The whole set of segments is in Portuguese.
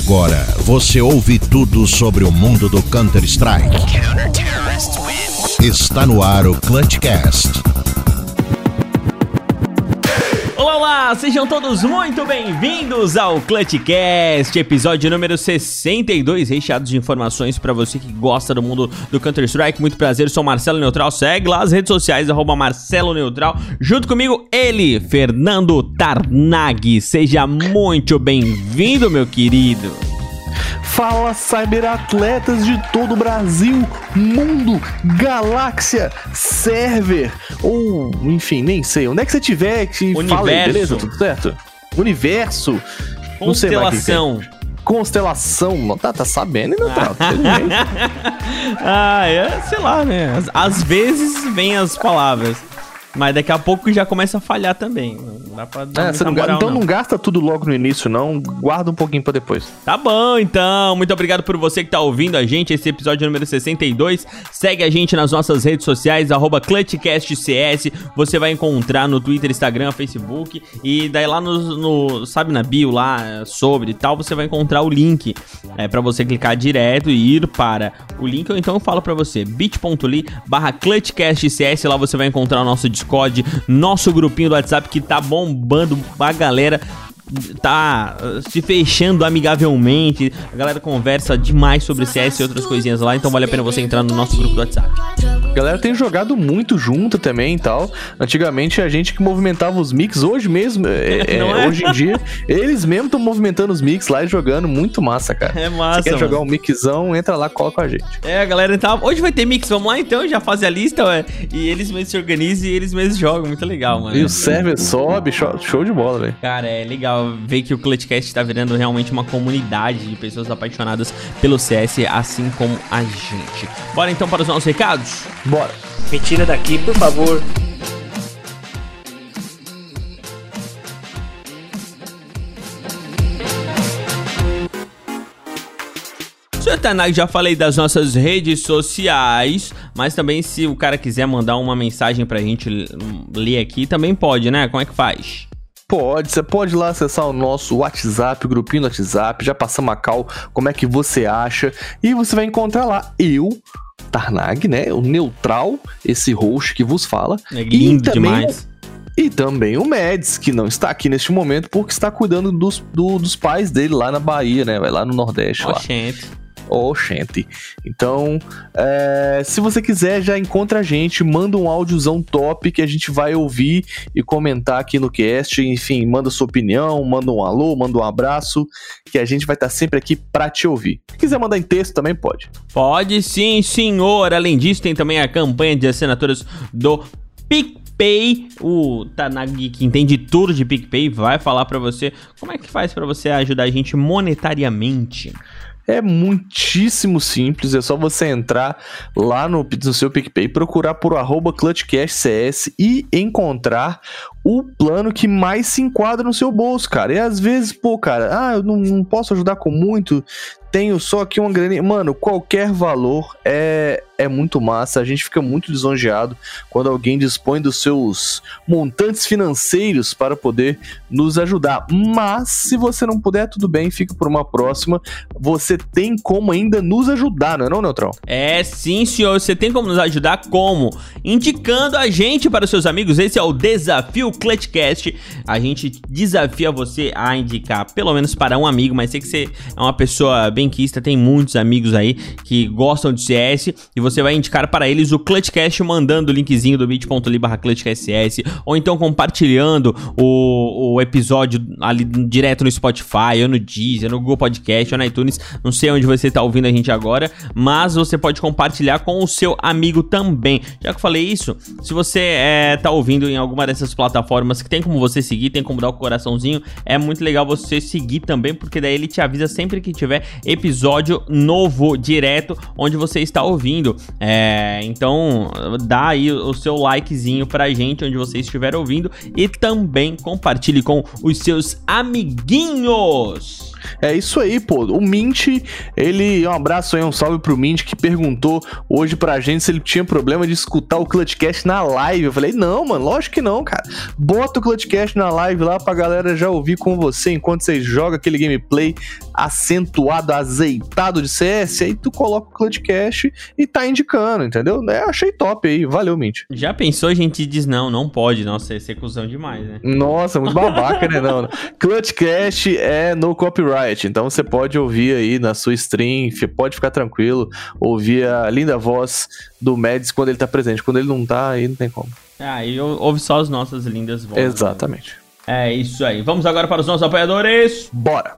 Agora você ouve tudo sobre o mundo do Counter-Strike. Está no ar o Clutchcast. Olá, sejam todos muito bem-vindos ao Clutchcast, episódio número 62, recheado de informações pra você que gosta do mundo do Counter-Strike. Muito prazer, sou Marcelo Neutral, segue lá as redes sociais, @Marcelo Neutral. Junto comigo, ele, Fernando Tarnag. Seja muito bem-vindo, meu querido. Fala, cyberatletas de todo o Brasil, mundo, galáxia, server, ou enfim, nem sei, onde é que você tiver, que fala aí, beleza? Tudo certo? Universo, constelação. Constelação, tá sabendo, não tá? Sei lá, né? Às vezes vem as palavras. Mas daqui a pouco já começa a falhar também. Não dá pra dar você não moral, então não gasta tudo logo no início, não. Guarda um pouquinho pra depois. Tá bom, então. Muito obrigado por você que tá ouvindo a gente. Esse episódio número 62. Segue a gente nas nossas redes sociais, @ClutchCastCS. Você vai encontrar no Twitter, Instagram, Facebook. E daí lá sabe, na bio lá, sobre e tal, você vai encontrar o link. Pra você clicar direto e ir para o link. Ou então eu falo pra você, bit.ly/ClutchCastCS. Lá você vai encontrar o nosso Discord, nosso grupinho do WhatsApp que tá bombando, a galera tá se fechando amigavelmente, a galera conversa demais sobre CS e outras coisinhas lá, então vale a pena você entrar no nosso grupo do WhatsApp. A galera tem jogado muito junto também e tal. Antigamente a gente que movimentava os mix, hoje mesmo, hoje em dia, eles mesmo estão movimentando os mix lá e jogando, muito massa, cara. É massa, você quer jogar um mixão, entra lá, cola com a gente. A galera tá, hoje vai ter mix, vamos lá então, já faz a lista, e eles mesmos se organizam e eles mesmos jogam, muito legal, mano. E o server sobe, show de bola, velho. Cara, é legal ver que o Clutchcast tá virando realmente uma comunidade de pessoas apaixonadas pelo CS, assim como a gente. Bora então para os nossos recados? Bora. Me tira daqui, por favor. Senhor Tanag, já falei das nossas redes sociais, mas também se o cara quiser mandar uma mensagem pra gente ler aqui, também pode, né? Como é que faz? Pode, você pode ir lá acessar o nosso WhatsApp, o grupinho do WhatsApp, já passamos a cal, como é que você acha, e você vai encontrar lá Tarnag, né, o Neutral, esse host que vos fala. É lindo demais. E também o Mads, que não está aqui neste momento porque está cuidando dos pais dele lá na Bahia, né, vai lá no Nordeste. Oxente. Então, se você quiser, já encontra a gente, manda um áudiozão top que a gente vai ouvir e comentar aqui no cast. Enfim, manda sua opinião, manda um alô, manda um abraço, que a gente vai estar sempre aqui pra te ouvir. Se quiser mandar em texto também pode. Pode sim, senhor. Além disso, tem também a campanha de assinaturas do PicPay. O Tanag, que entende tudo de PicPay, vai falar pra você como é que faz pra você ajudar a gente monetariamente. É muitíssimo simples, é só você entrar lá no seu PicPay, procurar por @ClutchCastCS e encontrar o plano que mais se enquadra no seu bolso, cara. E às vezes, eu não posso ajudar com muito, tenho só aqui uma graninha. Mano, qualquer valor é muito massa, a gente fica muito lisonjeado quando alguém dispõe dos seus montantes financeiros para poder nos ajudar. Mas, se você não puder, tudo bem, fica por uma próxima. Você tem como ainda nos ajudar, não é não, Neutral? É sim, senhor, você tem como nos ajudar, como? Indicando a gente para os seus amigos. Esse é o Desafio Clutchcast. A gente desafia você a indicar pelo menos para um amigo, mas sei que você é uma pessoa benquista, tem muitos amigos aí que gostam de CS, e você vai indicar para eles o Clutchcast mandando o linkzinho do bit.ly/ClutchCastCS, ou então compartilhando o episódio ali direto no Spotify, ou no Deezer, no Google Podcast, ou no iTunes, não sei onde você tá ouvindo a gente agora, mas você pode compartilhar com o seu amigo também. Já que eu falei isso, se você tá ouvindo em alguma dessas plataformas que tem como você seguir, tem como dar o coraçãozinho, é muito legal você seguir também, porque daí ele te avisa sempre que tiver episódio novo direto onde você está ouvindo. Então dá aí o seu likezinho pra gente onde você estiver ouvindo, e também compartilhe com os seus amiguinhos. É isso aí, pô. O Mint, um abraço aí, um salve pro Mint, que perguntou hoje pra gente se ele tinha problema de escutar o Clutchcast na live. Eu falei, não, mano, lógico que não, cara. Bota o Clutchcast na live lá pra galera já ouvir com você enquanto você joga aquele gameplay acentuado, azeitado de CS, aí tu coloca o Clutchcast e tá indicando, entendeu? Achei top aí, valeu, Mint. Já pensou, a gente diz não pode, nossa, ia ser cuzão demais, né? Nossa, muito babaca, né? Não. Clutchcast é no copyright, então você pode ouvir aí na sua stream, pode ficar tranquilo, ouvir a linda voz do Mads quando ele tá presente. Quando ele não tá, aí não tem como. E ouve só as nossas lindas vozes. Exatamente. Né? É isso aí. Vamos agora para os nossos apoiadores. Bora!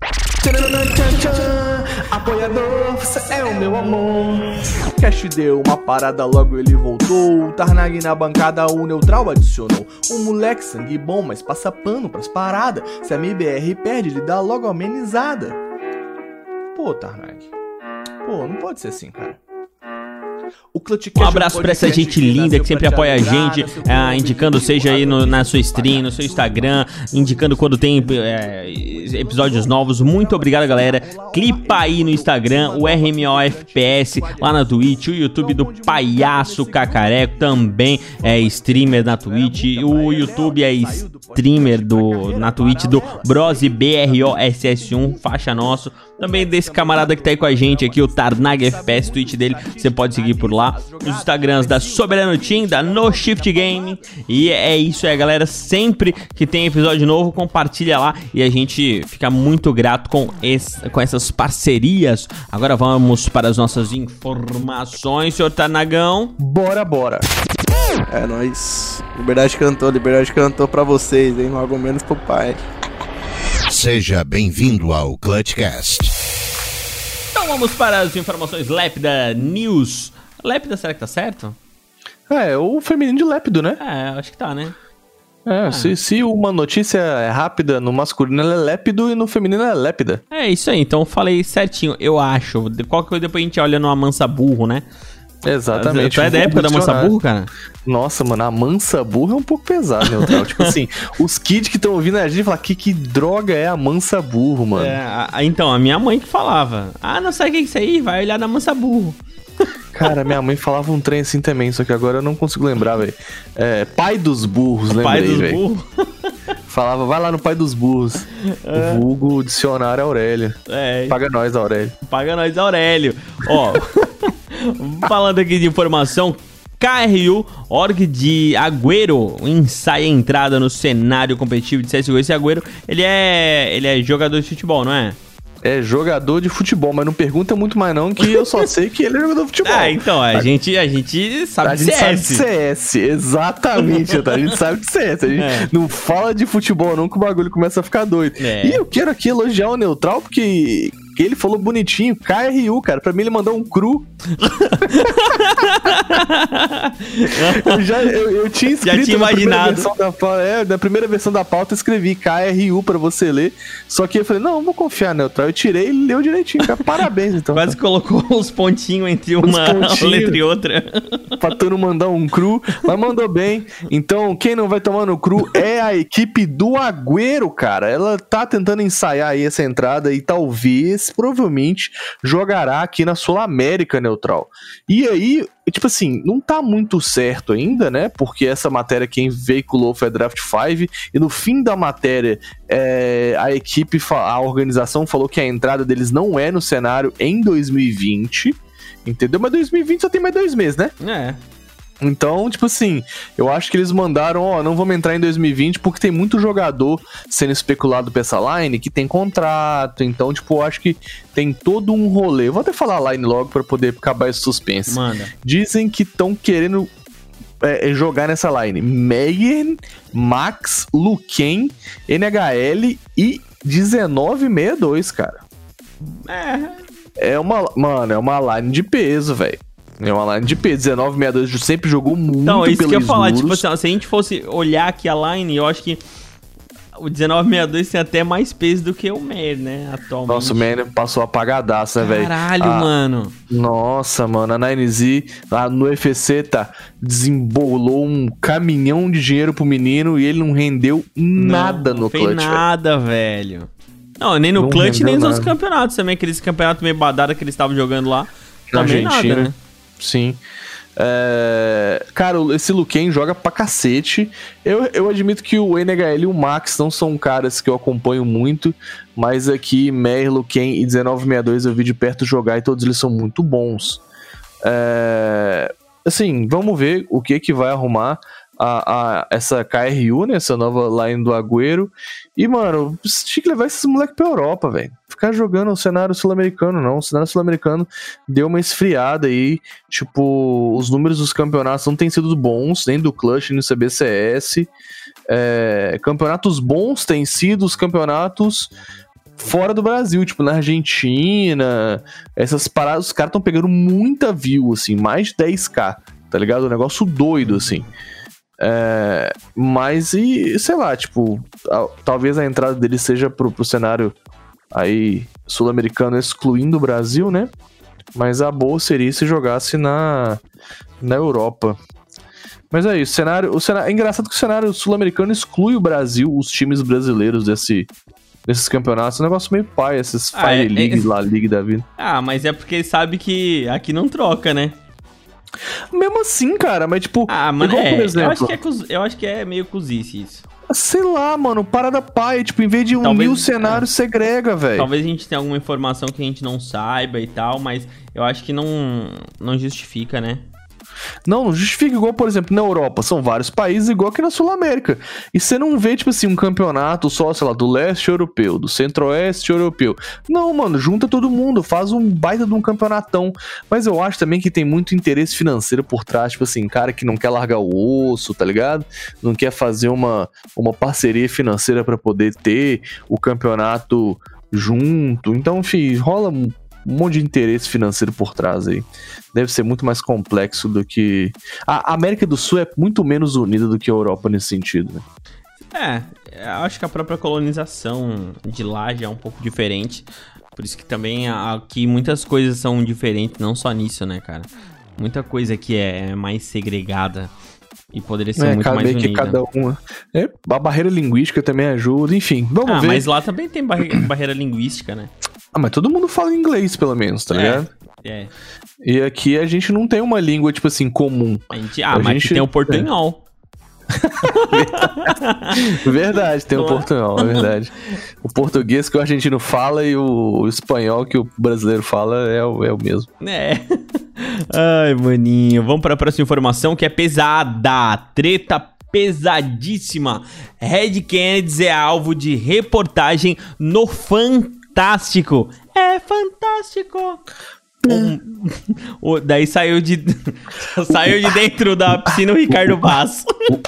Apoiador, você é o meu amor. Cash deu uma parada, logo ele voltou. Tarnag na bancada, o neutral adicionou. Um moleque sangue bom, mas passa pano pras paradas. Se a MBR perde, ele dá logo amenizada. Pô, Tarnag. Pô, não pode ser assim, cara. Um abraço pra essa gente linda que sempre apoia a gente, indicando, seja aí na sua stream, no seu Instagram, indicando quando tem episódios novos. Muito obrigado, galera. Clipa aí no Instagram, o RMOFPS, lá na Twitch, o YouTube do Palhaço Cacareco também é streamer na Twitch, o YouTube é streamer na Twitch do BrosBROSS1, faixa nosso. Também desse camarada que tá aí com a gente aqui, o Tarnag FPS, Twitch dele, você pode seguir por lá. Os Instagrams da Soberano Team, da No Shift Game. E é isso aí, galera. Sempre que tem episódio novo, compartilha lá. E a gente fica muito grato com essas parcerias. Agora vamos para as nossas informações, senhor Tarnagão. Bora. É nóis. Liberdade cantou pra vocês, hein? Logo menos pro pai. Seja bem-vindo ao Clutchcast. Então vamos para as informações Lépida News. Lépida, será que tá certo? O feminino de lépido, né? Acho que tá, né? Se uma notícia é rápida, no masculino ela é lépido e no feminino ela é lépida. É isso aí, então eu falei certinho, eu acho. Qualquer coisa depois a gente olha no Amansa Burro, né? Exatamente. Tu é da época da Mansa Burro, cara? Nossa, mano, a Mansa Burro é um pouco pesado, neutral. Tipo assim, os kids que estão ouvindo a gente falam, que droga é a Mansa Burro, mano? Então, a minha mãe que falava. Não sabe o que é isso aí? Vai olhar na Mansa Burro. Cara, minha mãe falava um trem assim também, só que agora eu não consigo lembrar, velho. Pai dos burros, lembrei, velho. Pai dos burros? Falava, vai lá no Pai dos burros. O vulgo dicionário Aurélio. Paga nós, Aurélio. Paga nós, Aurélio. Ó, falando aqui de informação, KRU, org de Agüero, ensaia a entrada no cenário competitivo de CSGO. Esse Agüero, ele é jogador de futebol, não é? É jogador de futebol, mas não pergunta muito mais não, que eu só sei que ele é jogador de futebol. Então, a gente sabe de CS. Sabe de CS, exatamente, tá? A gente sabe de CS, a gente não fala de futebol não, que o bagulho começa a ficar doido. E eu quero aqui elogiar o neutral, porque ele falou bonitinho, KRU, cara, pra mim ele mandou um cru. eu tinha escrito, já tinha imaginado. Na primeira versão da pauta eu escrevi KRU pra você ler, só que eu falei, não vou confiar, neutral, eu tirei e ele leu direitinho, cara, parabéns então. Quase colocou uns pontinhos entre uma letra e outra. Pra tu não mandar um cru, mas mandou bem. Então, quem não vai tomar no cru é a equipe do Agüero, cara. Ela tá tentando ensaiar aí essa entrada e talvez, provavelmente, jogará aqui na Sul-América, neutral. E aí, tipo assim, não tá muito certo ainda, né? Porque essa matéria quem veiculou foi a Draft 5 e no fim da matéria a equipe, a organização falou que a entrada deles não é no cenário em 2020, entendeu? Mas 2020 só tem mais 2 meses, né? Então, tipo assim, eu acho que eles mandaram, não vamos entrar em 2020 porque tem muito jogador sendo especulado pra essa line que tem contrato, então, tipo, eu acho que tem todo um rolê. Eu vou até falar a line logo pra poder acabar esse suspense. Manda. Dizem que estão querendo jogar nessa line Meyer, Max, Luquen, NHL e 1962, cara. É uma line de peso, velho. É uma line de peso. 1962 sempre jogou muito. Então, isso pelos que eu ia falar, muros. tipo assim, se a gente fosse olhar aqui a line, eu acho que o 1962 tem até mais peso do que o Meyer, né, atualmente. Nossa, o Meyer passou apagadaço, né, velho? Caralho, mano. Nossa, mano, a 9Z lá no UFC, desembolou um caminhão de dinheiro pro menino e ele não rendeu nada no clutch, velho. Não fez nada, velho. Não, nem no Não Clutch, nem nos rendeu outros campeonatos também. Aqueles campeonatos meio badada que eles estavam jogando lá. Na Também Argentina. nada, né? Sim. Cara, esse Luquen joga pra cacete. Eu admito que o NHL e o Max não são caras que eu acompanho muito, mas aqui Meyer, Luquen e 1962 eu vi de perto jogar e todos eles são muito bons. Assim, vamos ver o que vai arrumar essa KRU, né? Essa nova line do Agüero. E, mano, tinha que levar esses moleques pra Europa, velho. Ficar jogando o cenário sul-americano, não. O cenário sul-americano deu uma esfriada aí. Tipo, os números dos campeonatos não têm sido bons, nem do Clutch, nem do CBCS. Campeonatos bons têm sido os campeonatos fora do Brasil, tipo, na Argentina. Essas paradas, os caras estão pegando muita view, assim, mais de 10k, tá ligado? Um negócio doido, assim. Mas, sei lá, tipo, talvez a entrada dele seja pro cenário aí sul-americano, excluindo o Brasil, né? Mas a boa seria se jogasse na Europa. Mas é isso, o cenário, é engraçado que o cenário sul-americano exclui o Brasil, os times brasileiros desses campeonatos. É um negócio meio pai, esses Fire League, La Liga da vida. Mas é porque sabe que aqui não troca, né? Mesmo assim, cara, mas tipo... mano, igual, por exemplo, eu acho que é meio cozice isso. Sei lá, mano, parada pai, tipo, em vez de unir o cenário, segrega, velho. Talvez a gente tenha alguma informação que a gente não saiba e tal, mas eu acho que não justifica, né? Não justifica, igual, por exemplo, na Europa, são vários países, igual aqui na Sul-América. E você não vê, tipo assim, um campeonato só, sei lá, do leste europeu, do centro-oeste europeu. Não, mano, junta todo mundo, faz um baita de um campeonatão. Mas eu acho também que tem muito interesse financeiro por trás, tipo assim, cara que não quer largar o osso, tá ligado? Não quer fazer uma parceria financeira pra poder ter o campeonato junto. Então, enfim, rola um monte de interesse financeiro por trás aí. Deve ser muito mais complexo do que... A América do Sul é muito menos unida do que a Europa nesse sentido, né? Acho que a própria colonização de lá já é um pouco diferente. Por isso que também aqui muitas coisas são diferentes, não só nisso, né, cara? Muita coisa aqui é mais segregada e poderia ser muito mais unida. Que cada uma... a barreira linguística também ajuda, enfim, vamos ver. Mas lá também tem barreira linguística, né? Mas todo mundo fala inglês, pelo menos, tá ligado? E aqui a gente não tem uma língua, tipo assim, comum. Mas gente tem o portunhol. Verdade, tem o portunhol, é verdade. O português que o argentino fala e o espanhol que o brasileiro fala é o mesmo. Ai, maninho. Vamos para a próxima informação, que é pesada. Treta pesadíssima. Red Kennedy é alvo de reportagem no Fantástico. É fantástico. Daí saiu de dentro da piscina o Ricardo Vaz.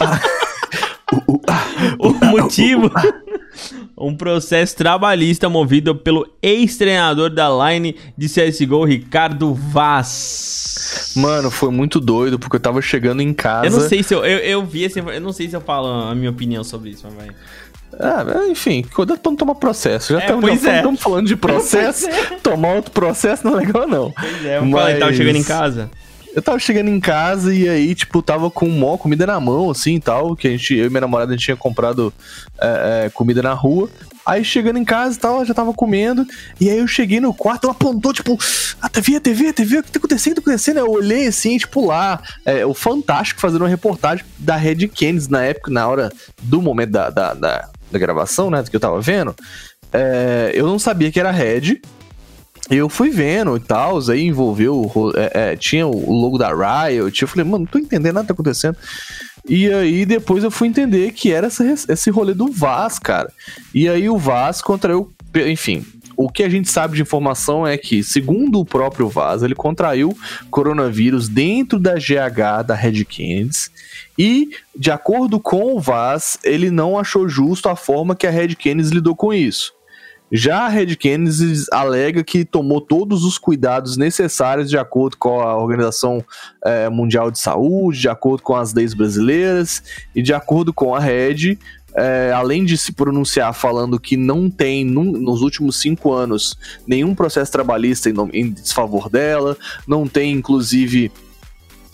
O motivo: um processo trabalhista movido pelo ex-treinador da Line de CSGO, Ricardo Vaz. Mano, foi muito doido, porque eu tava chegando em casa. Eu não sei se eu vi esse... Eu não sei se eu falo a minha opinião sobre isso, mas vai... Enfim, cuidado pra não tomar processo. Já estamos falando de processo. Tomar outro processo não é legal, não. Pois é, eu tava chegando em casa. Eu tava chegando em casa e aí, tipo, tava com mó comida na mão, assim, e tal, que eu e minha namorada, a gente tinha comprado comida na rua. Aí, chegando em casa e tal, ela já tava comendo, e aí eu cheguei no quarto, ela apontou, tipo, a TV, o que tá acontecendo? Eu olhei, assim, tipo, lá, o Fantástico fazendo uma reportagem da Red Kennedy, na época, na hora do momento da gravação, né, do que eu tava vendo. Eu não sabia que era Red. Eu fui vendo e tal, aí envolveu, tinha o logo da Riot, eu falei, mano, não tô entendendo nada que tá acontecendo. E aí depois eu fui entender que era esse rolê do Vaz, cara. E aí o Vaz contraiu, enfim, o que a gente sabe de informação é que, segundo o próprio Vaz, ele contraiu coronavírus dentro da GH da Red Kennedy. E, de acordo com o Vaz, ele não achou justo a forma que a Red Kennedy lidou com isso. Já a Red Kennedy alega que tomou todos os cuidados necessários de acordo com a Organização Mundial de Saúde, de acordo com as leis brasileiras e de acordo com a Red, além de se pronunciar falando que não tem, nos últimos 5 anos, nenhum processo trabalhista em desfavor dela, não tem, inclusive...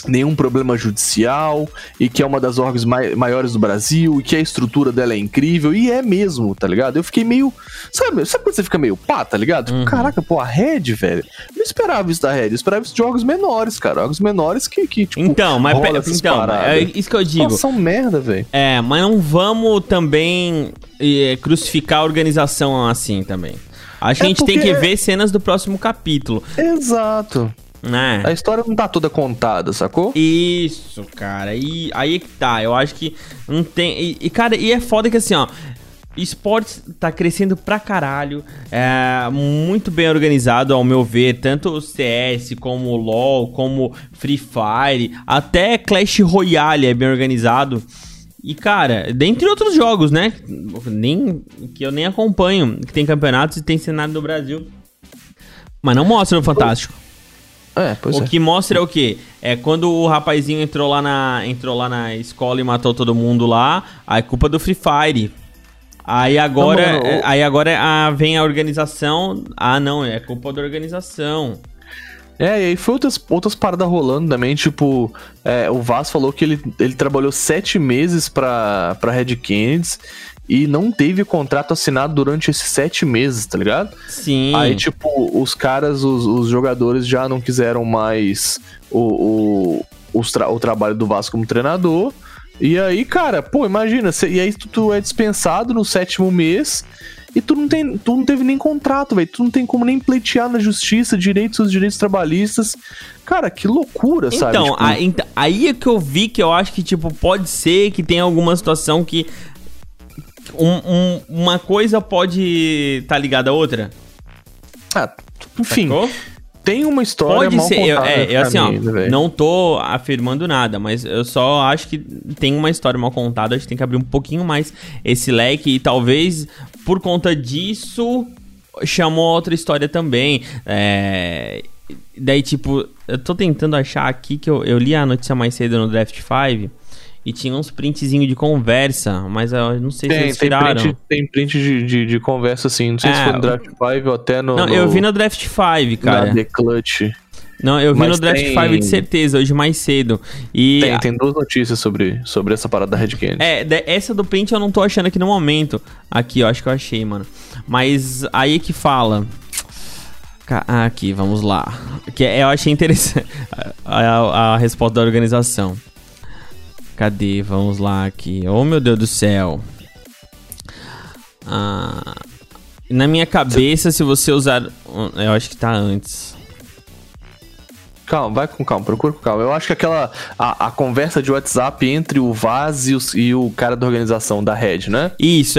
nenhum problema judicial, e que é uma das orgs maiores do Brasil, e que a estrutura dela é incrível, e é mesmo, tá ligado? Eu fiquei meio... Sabe quando você fica meio pá, tá ligado? Tipo, caraca, pô, a Red, velho, eu não esperava isso da Red, eu esperava isso de jogos menores, cara, jogos menores que tipo, então, mas é isso que eu digo. Nossa, são merda, velho. Mas não vamos também crucificar a organização assim também. Acho que a gente tem que ver cenas do próximo capítulo. Exato. A história não tá toda contada, sacou? Isso, cara. E aí que tá. Eu acho que não tem... Cara, e é foda que assim, ó... Esportes tá crescendo pra caralho. É muito bem organizado, ao meu ver. Tanto o CS, como o LoL, como Free Fire. Até Clash Royale é bem organizado. E, cara, dentre outros jogos, né? Que eu nem acompanho. Que tem campeonatos e tem cenário do Brasil. Mas não mostra no Fantástico. O que mostra é o quê? É quando o rapazinho entrou lá na escola e matou todo mundo lá, aí é culpa do Free Fire. Aí agora, vem a organização. Não, é culpa da organização. E aí foi outras paradas rolando também, tipo, o Vaz falou que ele trabalhou 7 meses pra Red Kennedy e não teve contrato assinado durante esses 7 meses, tá ligado? Sim. Aí, tipo, os caras, os jogadores já não quiseram mais o trabalho do Vasco como treinador. E aí, cara, pô, imagina, e aí tu é dispensado no 7º mês e tu não teve nem contrato, velho. Tu não tem como nem pleitear na justiça seus direitos trabalhistas. Cara, que loucura, sabe? Então, tipo... aí é que eu vi que eu acho que, tipo, pode ser que tenha alguma situação que uma coisa pode tá ligada à outra. Enfim... Sacou? Tem uma história pode mal ser, contada assim, ó, véio. Não tô afirmando nada, mas eu só acho que tem uma história mal contada, a gente tem que abrir um pouquinho mais esse leque e talvez por conta disso chamou outra história também. Daí, tipo, eu tô tentando achar aqui que eu li a notícia mais cedo no Draft 5 e tinha uns printzinhos de conversa, mas eu não sei se eles tiraram. Tem print de conversa, assim. Não sei se foi no Draft 5 ou até no... Não, eu vi no Draft 5, cara. Na The Clutch. Não, eu vi no Draft 5 de certeza, hoje mais cedo. E tem 2 notícias sobre essa parada da Red Kennedy. Essa do print eu não tô achando aqui no momento. Aqui, eu acho que eu achei, mano. Mas aí que fala... Aqui, vamos lá. Que eu achei interessante a resposta da organização. Cadê? Vamos lá aqui. Oh, meu Deus do céu. Na minha cabeça, se você usar... Eu acho que tá antes. Calma, vai com calma, procura com calma. Eu acho que a conversa de WhatsApp entre o Vaz e o cara da organização da Red, né? Isso,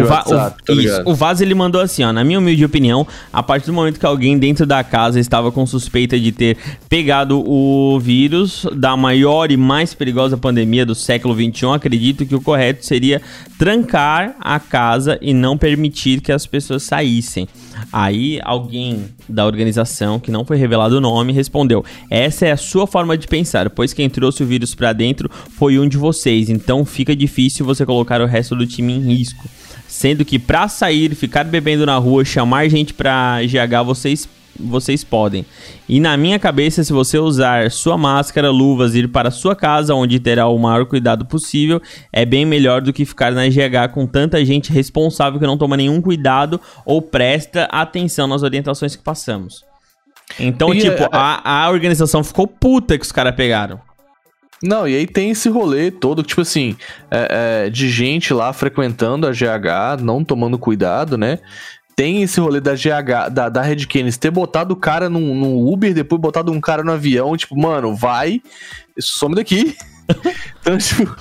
o Vaz, ele mandou assim, ó. Na minha humilde opinião, a partir do momento que alguém dentro da casa estava com suspeita de ter pegado o vírus da maior e mais perigosa pandemia do século XXI, acredito que o correto seria trancar a casa e não permitir que as pessoas saíssem. Aí alguém da organização, que não foi revelado o nome, respondeu: essa é a sua forma de pensar, pois quem trouxe o vírus pra dentro foi um de vocês, então fica difícil você colocar o resto do time em risco. Sendo que pra sair, ficar bebendo na rua, chamar gente pra GH, vocês podem. E na minha cabeça, se você usar sua máscara, luvas, ir para sua casa, onde terá o maior cuidado possível, é bem melhor do que ficar na GH com tanta gente responsável que não toma nenhum cuidado ou presta atenção nas orientações que passamos. Então, a organização ficou puta que os caras pegaram. Não, e aí tem esse rolê todo, tipo assim, de gente lá frequentando a GH, não tomando cuidado, né? Tem esse rolê da GH, da Red Kennedy, ter botado o cara no Uber, depois botado um cara no avião, tipo, mano, vai, some daqui. Então, tipo,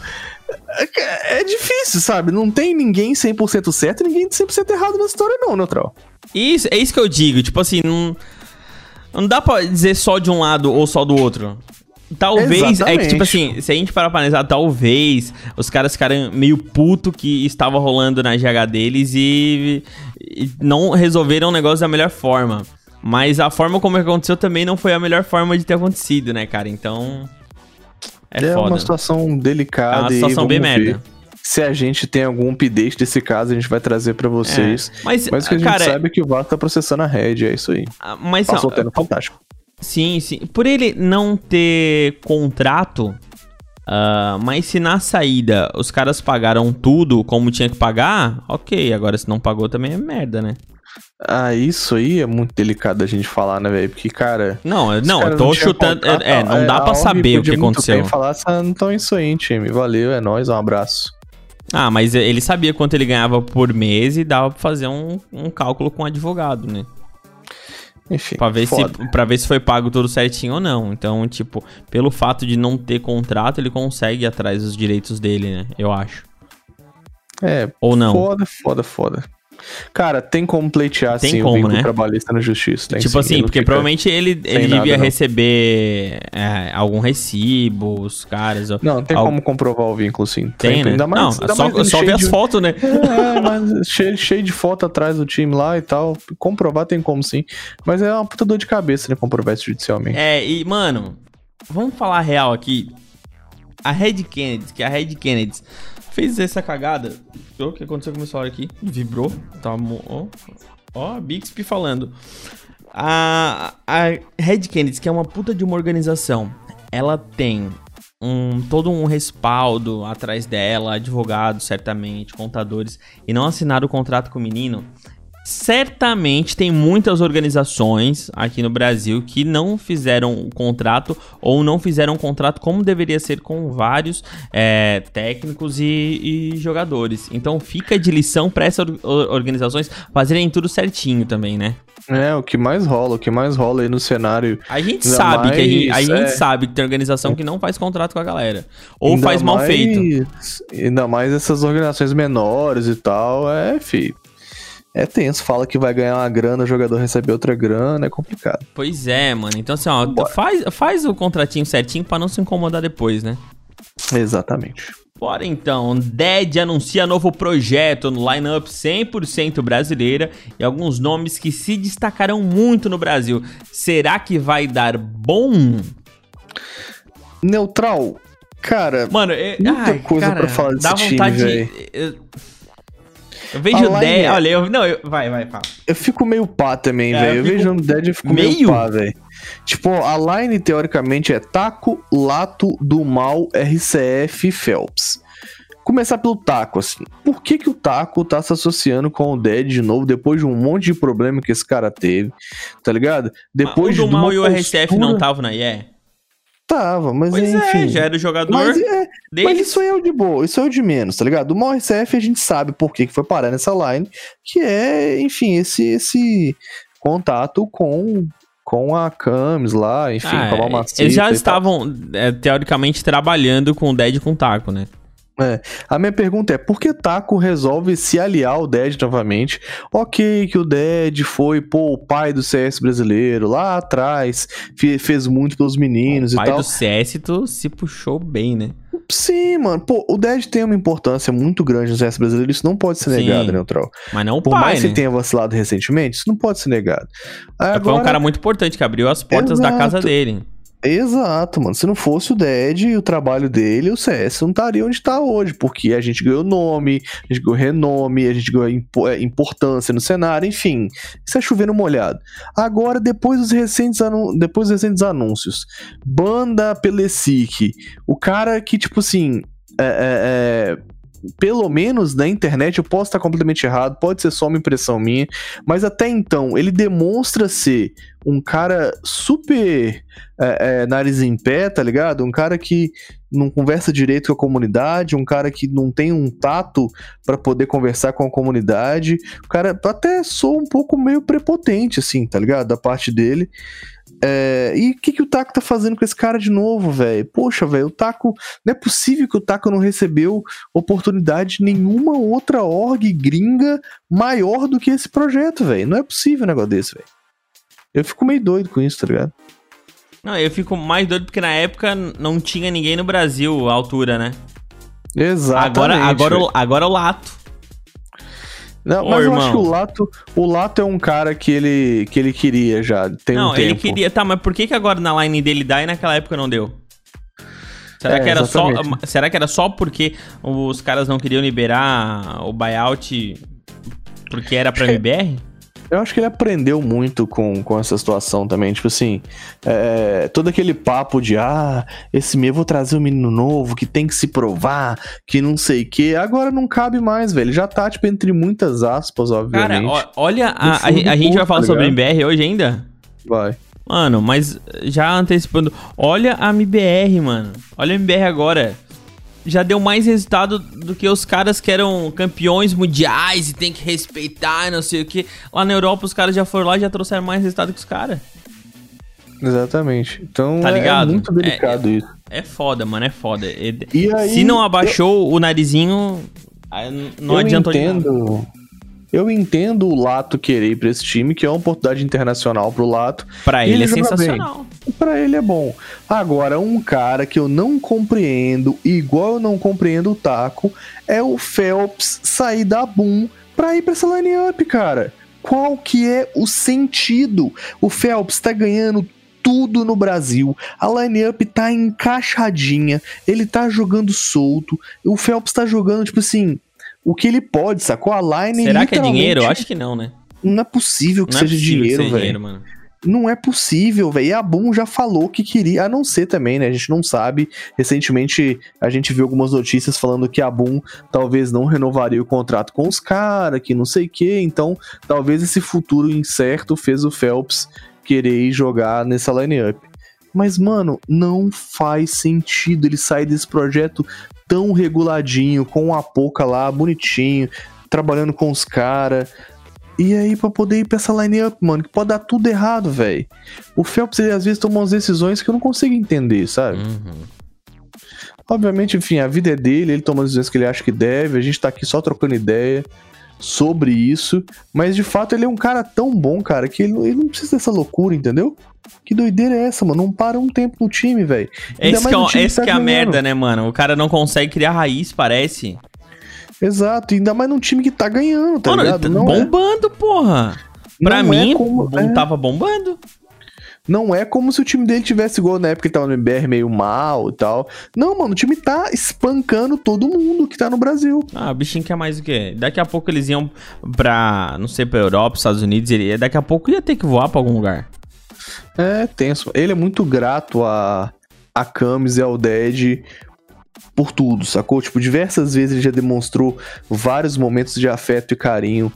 é difícil, sabe? Não tem ninguém 100% certo e ninguém 100% errado na história não, Neutral. Isso, é isso que eu digo, tipo assim, não dá pra dizer só de um lado ou só do outro. Talvez, exatamente. É que tipo assim, se a gente parar pra analisar, talvez os caras ficaram meio puto que estava rolando na GH deles e não resolveram o negócio da melhor forma. Mas a forma como aconteceu também não foi a melhor forma de ter acontecido, né, cara? Então, é foda. É uma situação delicada. É uma situação bem merda. Se a gente tem algum update desse caso, a gente vai trazer pra vocês. Mas o que a gente sabe é que o Vasco tá processando a Red, é isso aí. Mas passou até no Fantástico. Sim, sim. Por ele não ter contrato, mas se na saída os caras pagaram tudo como tinha que pagar, ok. Agora se não pagou também é merda, né? Ah, isso aí é muito delicado a gente falar, né, velho? Porque, cara... Não, eu tô chutando... não dá pra saber o que aconteceu. Falar, então é isso aí, time. Valeu, é nóis, um abraço. Ah, mas ele sabia quanto ele ganhava por mês e dava pra fazer um cálculo com o advogado, né? Enfim, pra ver se foi pago tudo certinho ou não. Então, tipo, pelo fato de não ter contrato, ele consegue ir atrás dos direitos dele, né? Eu acho. Ou não. Foda. Cara, tem como pleitear, tem sim, como, o vínculo né? trabalhista na justiça. Né? Tipo assim, porque provavelmente ele devia receber algum recibo, os caras... Não, tem como comprovar o vínculo, sim. Tem, sempre. né? Ainda mais, só ver as fotos, né? Mas cheio de foto atrás do time lá e tal. Comprovar tem como, sim. Mas é uma puta dor de cabeça, né, comprovar isso judicialmente. E, mano, vamos falar a real aqui. A Red Kennedy fez essa cagada. O que aconteceu com o meu celular aqui? Vibrou. Tá, ó, Bixby falando. A Red Kennedy, que é uma puta de uma organização, ela tem todo um respaldo atrás dela, advogados, certamente, contadores, e não assinaram o contrato com o menino. Certamente tem muitas organizações aqui no Brasil que não fizeram o contrato ou não fizeram o contrato como deveria ser com vários técnicos e jogadores. Então fica de lição para essas organizações fazerem tudo certinho também, né? O que mais rola aí no cenário. A gente sabe que sabe que tem organização que não faz contrato com a galera. Ou faz mal feito. Ainda mais essas organizações menores e tal, filho. É tenso, fala que vai ganhar uma grana, o jogador recebe outra grana, é complicado. Pois é, mano. Então assim, ó, faz o contratinho certinho pra não se incomodar depois, né? Exatamente. Bora então, Dead anuncia novo projeto no line-up 100% brasileira e alguns nomes que se destacarão muito no Brasil. Será que vai dar bom? Neutral, cara, mano, muita coisa pra falar desse time, velho. Eu vejo o Dead. Olha, vai, fala. Eu fico meio pá também, velho. Eu vejo o Dead e fico meio pá, velho. Tipo, a line teoricamente é Taco, Lato, do Mal, RCF e Phelps. Começar pelo Taco, assim. Por que o Taco tá se associando com o Dead de novo, depois de um monte de problema que esse cara teve, tá ligado? Depois o do Mal e o RCF não estavam na IE? Tava, mas enfim. Já era o jogador mas isso aí é o de boa, isso é o de menos, tá ligado? O Mal RCF a gente sabe por que foi parar nessa line, que é, enfim, esse contato com a Camis lá, enfim, com a Malmacita. Eles já estavam, teoricamente, trabalhando com o Dead e com o Taco, né? A minha pergunta é, por que Taco resolve se aliar ao Dead novamente? Ok, que o Dead foi, o pai do CS brasileiro lá atrás, fez muito pelos meninos e tal. O pai do CS tu se puxou bem, né? Sim, mano. O Dead tem uma importância muito grande no CS brasileiro, isso não pode ser negado, Neutral. Mas não o Por pai, mais que né? ele tenha vacilado recentemente, isso não pode ser negado. Foi um cara muito importante que abriu as portas da casa dele. Exato, mano. Se não fosse o Dead e o trabalho dele, o CS não estaria onde está hoje, porque a gente ganhou nome, a gente ganhou renome, a gente ganhou importância no cenário, enfim. Isso é chover no molhado. Agora, depois dos recentes anúncios, Banda Pelecic, o cara que, tipo assim, pelo menos na internet, eu posso estar completamente errado, pode ser só uma impressão minha, mas até então ele demonstra ser um cara super nariz em pé, tá ligado? Um cara que não conversa direito com a comunidade, um cara que não tem um tato pra poder conversar com a comunidade, o cara até soa um pouco meio prepotente, assim, tá ligado? Da parte dele. E o que o Taco tá fazendo com esse cara de novo, velho? Poxa, velho, o Taco... Não é possível que o Taco não recebeu oportunidade de nenhuma outra org gringa maior do que esse projeto, velho. Não é possível um negócio desse, velho. Eu fico meio doido com isso, tá ligado? Não, eu fico mais doido porque na época não tinha ninguém no Brasil à altura, né? Exatamente. Agora o Lato. Não, mas eu acho que o Lato é um cara que ele queria já, tem um tempo. Não, ele queria, mas por que agora na line dele dá e naquela época não deu? Será que era só porque os caras não queriam liberar o buyout porque era pra MBR? Eu acho que ele aprendeu muito com essa situação também. Tipo assim, todo aquele papo de esse mês eu vou trazer um menino novo que tem que se provar, que não sei o que. Agora não cabe mais, velho. Já tá, tipo, entre muitas aspas, obviamente. Cara, olha, a gente vai falar sobre a MBR hoje ainda? Vai. Mano, mas já antecipando, olha a MBR, mano. Olha a MBR agora. Já deu mais resultado do que os caras que eram campeões mundiais e tem que respeitar e não sei o que. Lá na Europa os caras já foram lá e já trouxeram mais resultado que os caras. Exatamente. Então tá ligado? É muito delicado isso. É foda, mano, é foda. E aí, se não abaixou o narizinho, não adiantou de nada. Eu entendo o Lato querer ir pra esse time, que é uma oportunidade internacional pro Lato. Pra ele é sensacional. Pra ele é bom. Agora, um cara que eu não compreendo, igual eu não compreendo o Taco, é o Phelps sair da Boom pra ir pra essa line-up, cara. Qual que é o sentido? O Phelps tá ganhando tudo no Brasil, a line-up tá encaixadinha, ele tá jogando solto, o Phelps tá jogando, tipo assim... O que ele pode, sacou? A line... Será que é dinheiro? Eu acho que não, né? Não é possível que seja dinheiro, velho. Não é possível, velho. E a Boom já falou que queria, a não ser também, né? A gente não sabe. Recentemente, a gente viu algumas notícias falando que a Boom talvez não renovaria o contrato com os caras, que não sei o quê. Então, talvez esse futuro incerto fez o Phelps querer ir jogar nessa line-up. Mas, mano, não faz sentido ele sair desse projeto tão reguladinho, com a Poca lá, bonitinho, trabalhando com os caras. E aí, pra poder ir pra essa line-up, mano, que pode dar tudo errado, velho. O Phelps, ele às vezes toma umas decisões que eu não consigo entender, sabe? Obviamente, enfim, a vida é dele, ele toma as decisões que ele acha que deve, a gente tá aqui só trocando ideia sobre isso, mas de fato ele é um cara tão bom, cara, que ele não precisa dessa loucura, entendeu? Que doideira é essa, mano? Não para um tempo no time, velho. Esse que é a merda, né, mano? O cara não consegue criar raiz, parece. Exato, ainda mais num time que tá ganhando, tá ligado? Não bombando, porra. Pra mim, tava bombando. Não é como se o time dele tivesse igual na época que ele tava no MBR meio mal e tal. Não, mano, o time tá espancando todo mundo que tá no Brasil. O bichinho quer mais o quê? Daqui a pouco eles iam pra, não sei, pra Europa, Estados Unidos. Daqui a pouco ia ter que voar pra algum lugar. É, tenso. Ele é muito grato a Camis e ao Dead por tudo, sacou? Tipo, diversas vezes ele já demonstrou vários momentos de afeto e carinho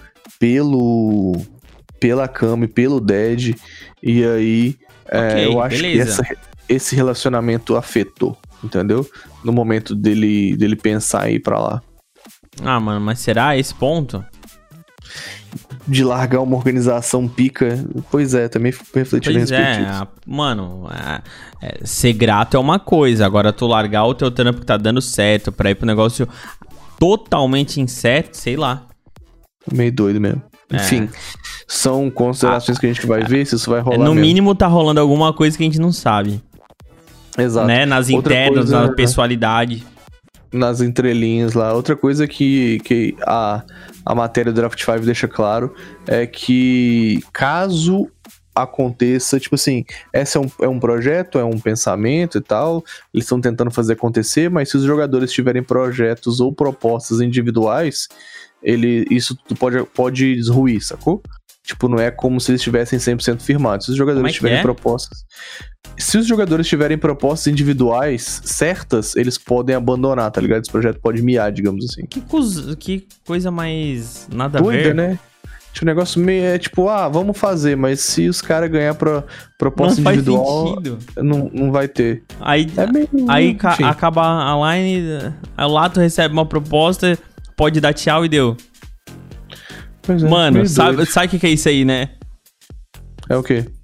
pela Cami, pelo Dead. E aí, eu acho beleza. Que esse relacionamento afetou, entendeu? No momento dele pensar em ir pra lá. Mano, mas será esse ponto? De largar uma organização pica. Pois é, também fico refletindo a respeito disso. Mano, ser grato é uma coisa. Agora tu largar o teu trampo que tá dando certo pra ir pro negócio totalmente incerto, sei lá. Meio doido mesmo. Enfim, são considerações que a gente vai ver se isso vai rolar no mesmo. mínimo tá rolando alguma coisa que a gente não sabe. Exato. Né? Nas internas, na pessoalidade. Nas entrelinhas lá. Outra coisa que a matéria do Draft 5 deixa claro é que caso aconteça, tipo assim, esse é um projeto, é um pensamento e tal, eles estão tentando fazer acontecer, mas se os jogadores tiverem projetos ou propostas individuais, isso pode ruir, sacou? Tipo, não é como se eles estivessem 100% firmados. Se os jogadores tiverem propostas... Se os jogadores tiverem propostas individuais certas, eles podem abandonar, tá ligado? Esse projeto pode miar, digamos assim. Que coisa mais nada doida, a ver. Né? Tipo, o negócio meio é tipo, vamos fazer, mas se os caras ganhar proposta não individual, não vai ter. Aí acaba a line, o Lato recebe uma proposta, pode dar tchau e deu. Pois é, mano, sabe o que é isso aí, né? É o quê?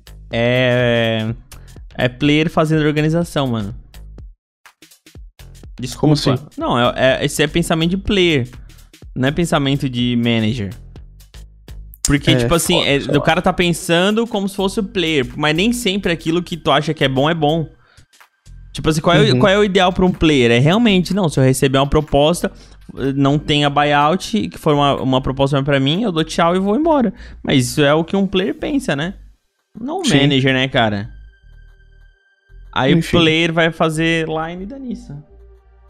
É player fazendo organização, mano. Desculpa. Como assim? Não, esse é pensamento de player. Não é pensamento de manager. Porque, tipo assim, o cara tá pensando como se fosse o player. Mas nem sempre aquilo que tu acha que é bom é bom. Tipo assim, qual é o ideal pra um player? É realmente, não, se eu receber uma proposta, não tenha buyout, que for uma proposta pra mim, eu dou tchau e vou embora. Mas isso é o que um player pensa, né? Não o manager, né, cara? Aí o player vai fazer line e dá nisso.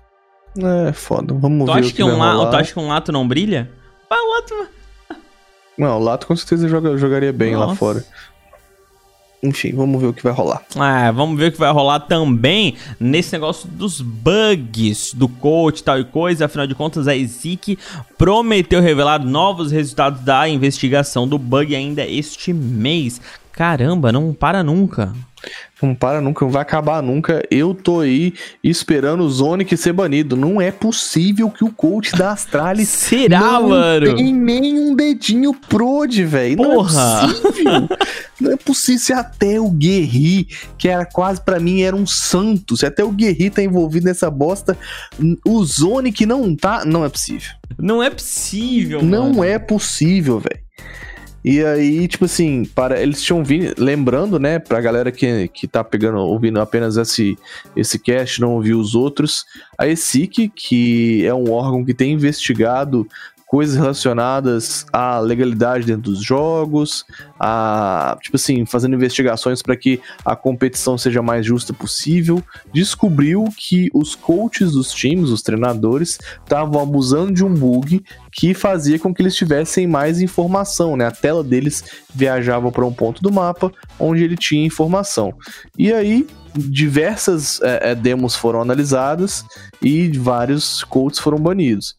Foda. Vamos ver o que vai rolar. Tu acha que um Lato não brilha? Vai, o Lato... Não, o Lato com certeza jogaria bem lá fora. Enfim, vamos ver o que vai rolar. Vamos ver o que vai rolar também nesse negócio dos bugs do coach e tal e coisa. Afinal de contas, a ESEC prometeu revelar novos resultados da investigação do bug ainda este mês. Caramba, não para nunca. Não para nunca, não vai acabar nunca. Eu tô aí esperando o Zonic ser banido. Não é possível que o coach da Astralis mano? Tem nem um dedinho prod, velho. Porra! Não é possível. Não é possível se até o Guerri, que era quase pra mim, era um santo. Se até o Guerri tá envolvido nessa bosta, o Zonic não tá. Não é possível. Não é possível, mano. Não é possível, velho. E aí, tipo assim, eles tinham vindo, lembrando, né, pra galera que tá ouvindo apenas esse cast, não ouviu os outros, a ESEC, que é um órgão que tem investigado coisas relacionadas à legalidade dentro dos jogos, tipo assim, fazendo investigações para que a competição seja mais justa possível, descobriu que os coaches dos times, os treinadores, estavam abusando de um bug que fazia com que eles tivessem mais informação, né? A tela deles viajava para um ponto do mapa onde ele tinha informação. E aí, diversas demos foram analisadas e vários coaches foram banidos.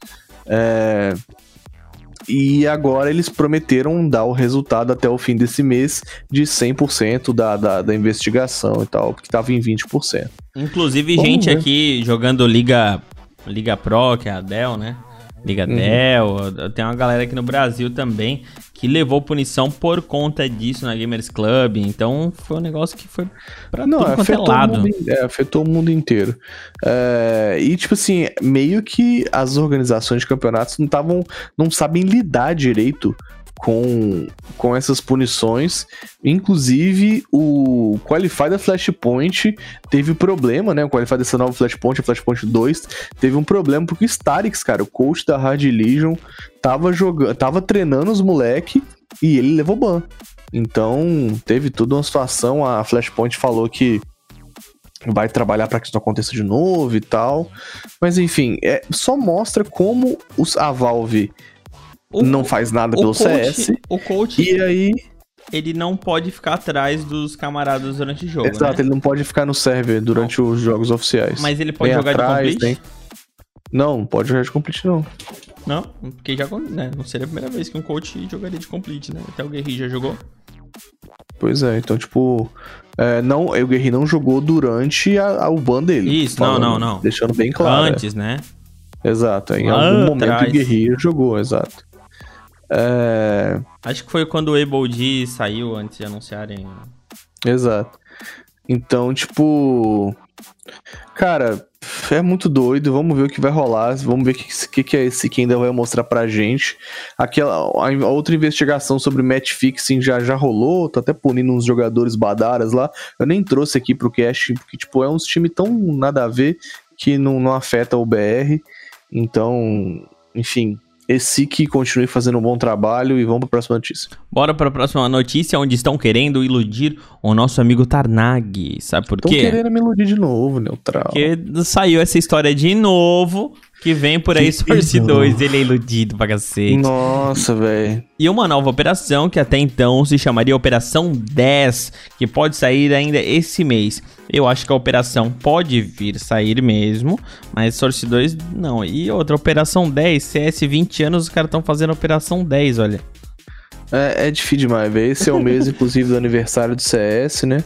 E agora eles prometeram dar o resultado até o fim desse mês de 100% da investigação e tal, porque estava em 20%. Inclusive, gente aqui jogando Liga Pro, que é a Dell, né? Liga Dell, tem uma galera aqui no Brasil também que levou punição por conta disso na Gamers Club, então foi um negócio que foi pra tudo quanto é lado. Afetou o mundo inteiro. E tipo assim, meio que as organizações de campeonatos não sabem lidar direito com essas punições. Inclusive o Qualify da Flashpoint teve problema, né? O Qualify dessa nova Flashpoint, a Flashpoint 2, teve um problema porque o Starix, cara, o coach da Hard Legion, tava treinando os moleque e ele levou ban. Então teve toda uma situação, a Flashpoint falou que vai trabalhar para que isso não aconteça de novo e tal. Mas enfim, só mostra como a Valve não faz nada pelo CS. O coach, e aí ele não pode ficar atrás dos camaradas durante o jogo, exato, né? Ele não pode ficar no server durante os jogos oficiais. Mas ele pode jogar de complete? Não pode jogar de complete, não. Não, porque já, né, não seria a primeira vez que um coach jogaria de complete, né? Até o Guerri já jogou. Pois é, então tipo... o Guerri não jogou durante o ban dele. Isso, não. Deixando bem claro. Antes, né? Exato, em algum momento o Guerri jogou, exato. Acho que foi quando o AbleD saiu antes de anunciarem. Exato. Então, tipo... Cara, é muito doido. Vamos ver o que vai rolar. Vamos ver o que é esse que ainda vai mostrar pra gente. A outra investigação sobre match fixing já rolou. Tá até punindo uns jogadores badaras lá. Eu nem trouxe aqui pro cast, porque tipo, é uns times tão nada a ver que não afeta o BR. Então, enfim... Esse que continue fazendo um bom trabalho e vamos para a próxima notícia. Bora para a próxima notícia, onde estão querendo iludir o nosso amigo Tarnag. Sabe por quê? Estão querendo me iludir de novo, Neutral. Porque saiu essa história de novo, que vem por aí Source 2, ele é iludido pra cacete. Nossa, velho. E uma nova operação, que até então se chamaria Operação 10, que pode sair ainda esse mês. Eu acho que a operação pode vir sair mesmo, mas Source 2 não. E outra, Operação 10, CS 20 anos, os caras estão fazendo Operação 10, olha. É difícil demais, velho. Esse é o mês, inclusive, do aniversário do CS, né?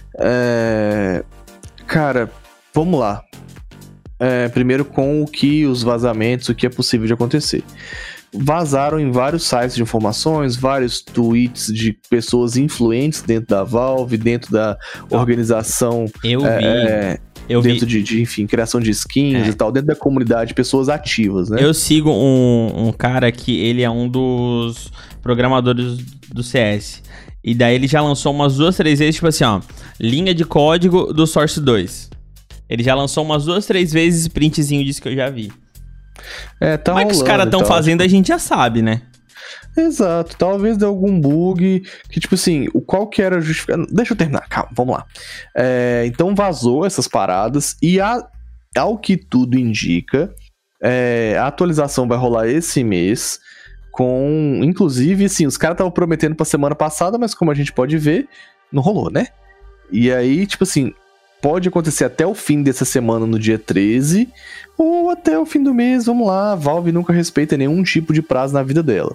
Cara, vamos lá. Primeiro com os vazamentos, o que é possível de acontecer. Vazaram em vários sites de informações, vários tweets de pessoas influentes dentro da Valve, dentro da organização. Eu vi. Dentro de, enfim, criação de skins e tal, dentro da comunidade, pessoas ativas, né? Eu sigo um cara que ele é um dos programadores do CS. E daí ele já lançou umas 2, 3 vezes, tipo assim, ó, linha de código do Source 2. Ele já lançou umas 2, 3 vezes printzinho disso que eu já vi. Tá Como é que os caras estão fazendo, a gente já sabe, né? Exato, talvez dê algum bug, que tipo assim, qual que era a justificação... Deixa eu terminar, calma, vamos lá. Então vazou essas paradas e ao que tudo indica, a atualização vai rolar esse mês Inclusive, assim, os caras estavam prometendo pra semana passada, mas como a gente pode ver, não rolou, né? E aí, tipo assim, pode acontecer até o fim dessa semana, no dia 13, ou até o fim do mês, vamos lá. A Valve nunca respeita nenhum tipo de prazo na vida dela.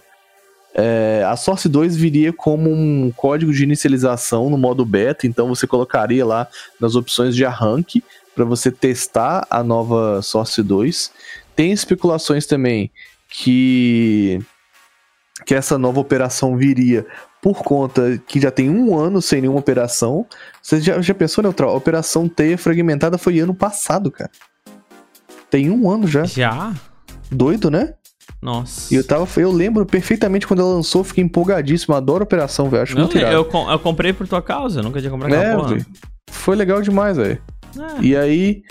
A Source 2 viria como um código de inicialização no modo beta, então você colocaria lá nas opções de arranque para você testar a nova Source 2. Tem especulações também que essa nova operação viria por conta que já tem 1 ano sem nenhuma operação. Você já pensou, Neutral? A operação Teia Fragmentada foi ano passado, cara. Tem 1 ano já. Já? Doido, né? Nossa. E eu lembro perfeitamente quando ela lançou, fiquei empolgadíssimo, adoro a operação, velho. Acho muito irado. Eu comprei por tua causa, eu nunca tinha comprado aquela porra. Foi legal demais, velho. E aí,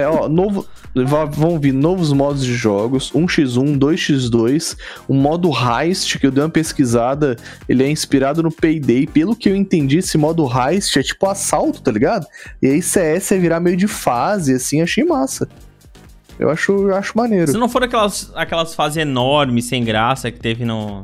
vão vir novos modos de jogos, 1x1, 2x2, um modo Heist, que eu dei uma pesquisada, ele é inspirado no Payday. Pelo que eu entendi, esse modo Heist é tipo assalto, tá ligado? E aí CS vai virar meio de fase, assim, achei massa. Eu acho maneiro. Se não for aquelas fases enormes, sem graça, que teve na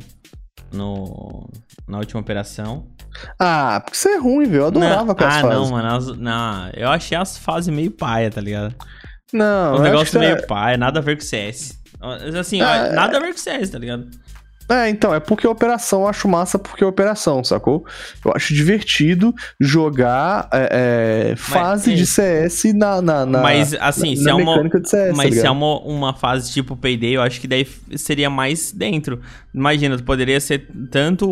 última operação. Ah, porque isso é ruim, velho. Eu adorava aquelas fases. Não, mano. Eu achei as fases meio paia, tá ligado? Não, um negócio meio paia, nada a ver com CS. Assim, nada a ver com CS, tá ligado? Então, é porque a operação eu acho massa, porque é operação, sacou? Eu acho divertido jogar fase de CS mas, assim, na mecânica de CS. Mas se é uma fase tipo Payday, eu acho que daí seria mais dentro. Imagina, tu poderia ser tanto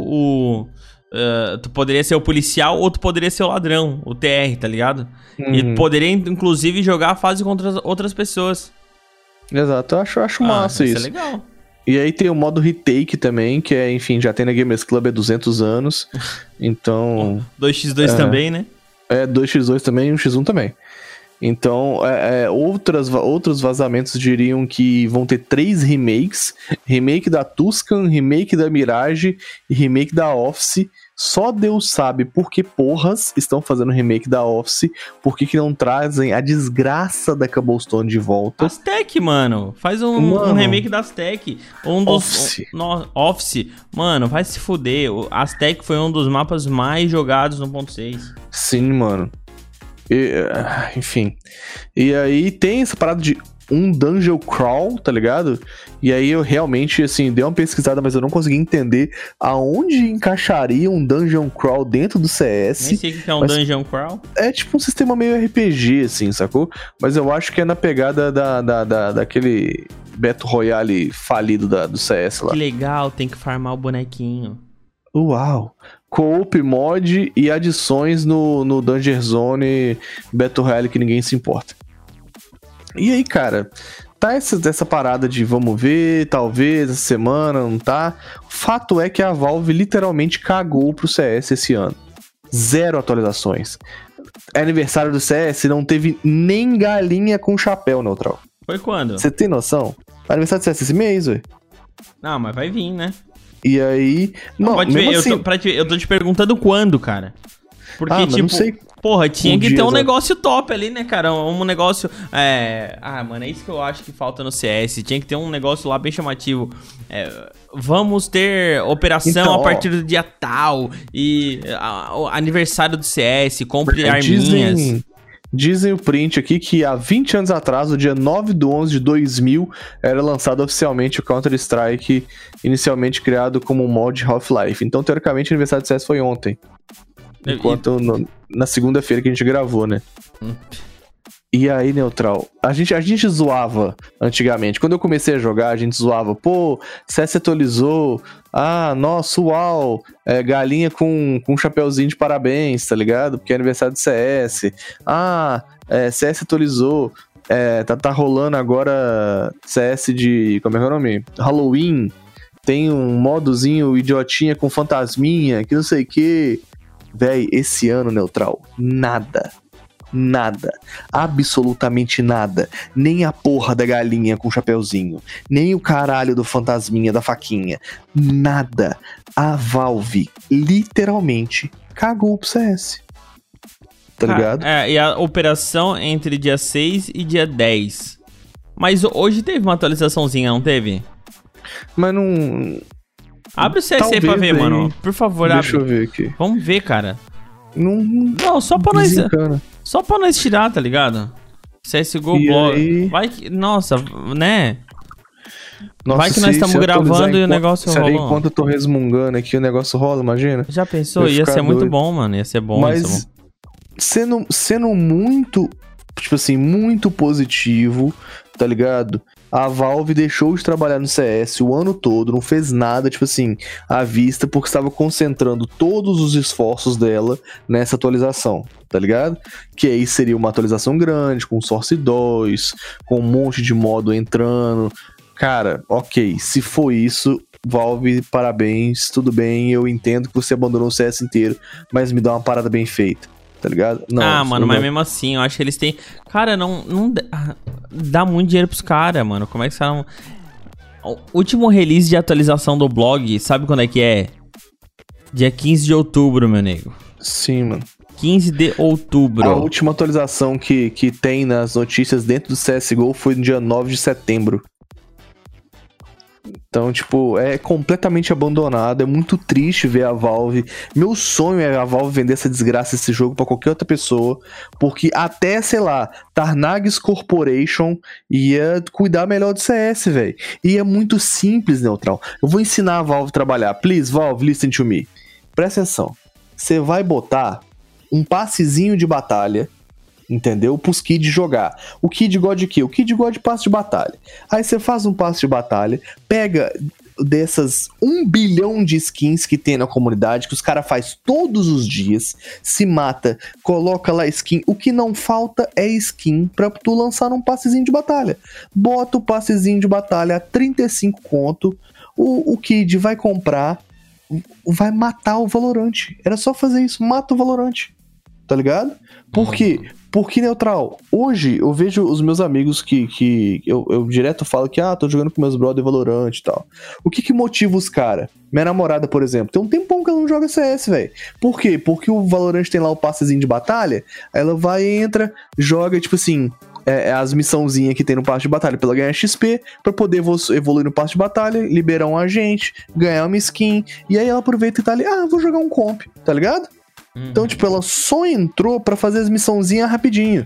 tu poderia ser o policial ou tu poderia ser o ladrão, o TR, tá ligado? E tu poderia, inclusive, jogar a fase contra outras pessoas. Exato, eu acho massa isso. Isso é legal. E aí tem o modo retake também, que enfim, já tem na Gamers Club há 200 anos. Então... 2x2 também, né? 2x2 também e 1x1 também. Então, outros vazamentos diriam que vão ter 3 remakes. Remake da Tuscan, remake da Mirage e remake da Office. Só Deus sabe por que porras estão fazendo remake da Office. Por que não trazem a desgraça da Cobblestone de volta. Aztec, mano. Faz um remake da Aztec. Office. Mano, vai se fuder. O Aztec foi um dos mapas mais jogados no 1.6. Sim, mano. Enfim. E aí tem essa parada de um dungeon crawl, tá ligado? E aí eu realmente, assim, dei uma pesquisada, mas eu não consegui entender aonde encaixaria um dungeon crawl dentro do CS. Nem sei o que é um dungeon crawl. É tipo um sistema meio RPG, assim, sacou? Mas eu acho que é na pegada daquele Battle Royale falido do CS lá. Que legal, tem que farmar o bonequinho. Uau! Co-op mod e adições no Danger Zone Battle Royale que ninguém se importa. E aí, cara, tá essa parada de vamos ver, talvez, essa semana, não tá? O fato é que a Valve literalmente cagou pro CS esse ano. 0 atualizações. Aniversário do CS não teve nem galinha com chapéu, Neutral. Foi quando? Você tem noção? Aniversário do CS esse mês, ué. Não, mas vai vir, né? E aí... Não, pode ver, assim... eu tô te perguntando quando, cara. Porque, tipo... não sei. Porra, tinha que ter um negócio top ali, né, cara? Um negócio... mano, é isso que eu acho que falta no CS. Tinha que ter um negócio lá bem chamativo. Vamos ter operação então, a partir do dia tal. E aniversário do CS, compre arminhas. Dizem o print aqui que há 20 anos atrás, no dia 9/11/2000, era lançado oficialmente o Counter-Strike, inicialmente criado como um mod Half-Life. Então, teoricamente, o aniversário do CS foi ontem. Enquanto na segunda-feira que a gente gravou, né? E aí, Neutral, a gente zoava antigamente. Quando eu comecei a jogar, a gente zoava. Pô, CS atualizou. Ah, nossa, uau. Galinha com chapeuzinho de parabéns, tá ligado? Porque é aniversário do CS. Ah, CS atualizou. Tá rolando agora CS de... Como é que é o nome? Halloween. Tem um modozinho idiotinha com fantasminha, que não sei o que. Véi, esse ano, Neutral, nada. Nada, absolutamente nada. Nem a porra da galinha com chapeuzinho, nem o caralho do fantasminha da faquinha. Nada. A Valve literalmente cagou pro CS. Tá ligado? E a operação entre dia 6 e dia 10. Mas hoje teve uma atualizaçãozinha, não teve? Mas não... Abre o CS aí pra Talvez ver, aí. mano. Por favor, Deixa eu abre. ver aqui. Vamos ver, cara. Não Só pra nós... desencana. Só pra nós tirar, tá ligado? CSGO E blog. aí? Vai que... Nossa, né? Nossa, Vai que nós estamos se eu atualizar gravando e o enquanto- negócio se- rolou. Enquanto eu tô resmungando aqui, o negócio rola, imagina. Já pensou? Vai Ia ficar ser muito doido. bom, mano. Ia ser bom. ia ser Mas bom. sendo muito, tipo assim, muito positivo, tá ligado? A Valve deixou de trabalhar no CS o ano todo, não fez nada, tipo assim, à vista, porque estava concentrando todos os esforços dela nessa atualização, tá ligado? Que aí seria uma atualização grande, com Source 2, com um monte de modo entrando. Cara, ok, se for isso, Valve, parabéns, tudo bem, eu entendo que você abandonou o CS inteiro, mas me dá uma parada bem feita, tá ligado? Não, Mano, não mas dá. mesmo assim, eu acho que eles têm... Cara, não dá muito dinheiro pros caras, mano. Como é que os caras... O último release de atualização do blog, sabe quando é que é? Dia 15 de outubro, meu nego. Sim, mano. 15 de outubro. A última atualização que tem nas notícias dentro do CSGO foi no dia 9 de setembro. Então, tipo, é completamente abandonado. É muito triste ver a Valve. Meu sonho é a Valve vender essa desgraça, esse jogo, pra qualquer outra pessoa. Porque até, sei lá, Tarnags Corporation ia cuidar melhor do CS, velho. E é muito simples, Neutral. Eu vou ensinar a Valve a trabalhar. Please, Valve, listen to me. Presta atenção. Você vai botar um passezinho de batalha, entendeu? Pros kids jogar. O kid gosta de quê? O kid gosta de passe de batalha. Aí você faz um passe de batalha, pega dessas 1 bilhão de skins que tem na comunidade, que os caras faz todos os dias, se mata, coloca lá skin. O que não falta é skin pra tu lançar num passezinho de batalha. Bota o passezinho de batalha a 35 conto, o kid vai comprar, vai matar o Valorant. Era só fazer isso, mata o Valorant. Tá ligado? Por quê? Porque, Neutral, hoje eu vejo os meus amigos que eu direto falo que, tô jogando com meus brother Valorant e tal. O que motiva os caras? Minha namorada, por exemplo, tem um tempão que ela não joga CS, velho. Por quê? Porque o Valorant tem lá o passezinho de batalha, ela vai, entra, joga, tipo assim, as missãozinhas que tem no passe de batalha pra ela ganhar XP, pra poder evoluir no passe de batalha, liberar um agente, ganhar uma skin, e aí ela aproveita e tá ali, vou jogar um comp, tá ligado? Então, tipo, ela só entrou pra fazer as missãozinhas rapidinho.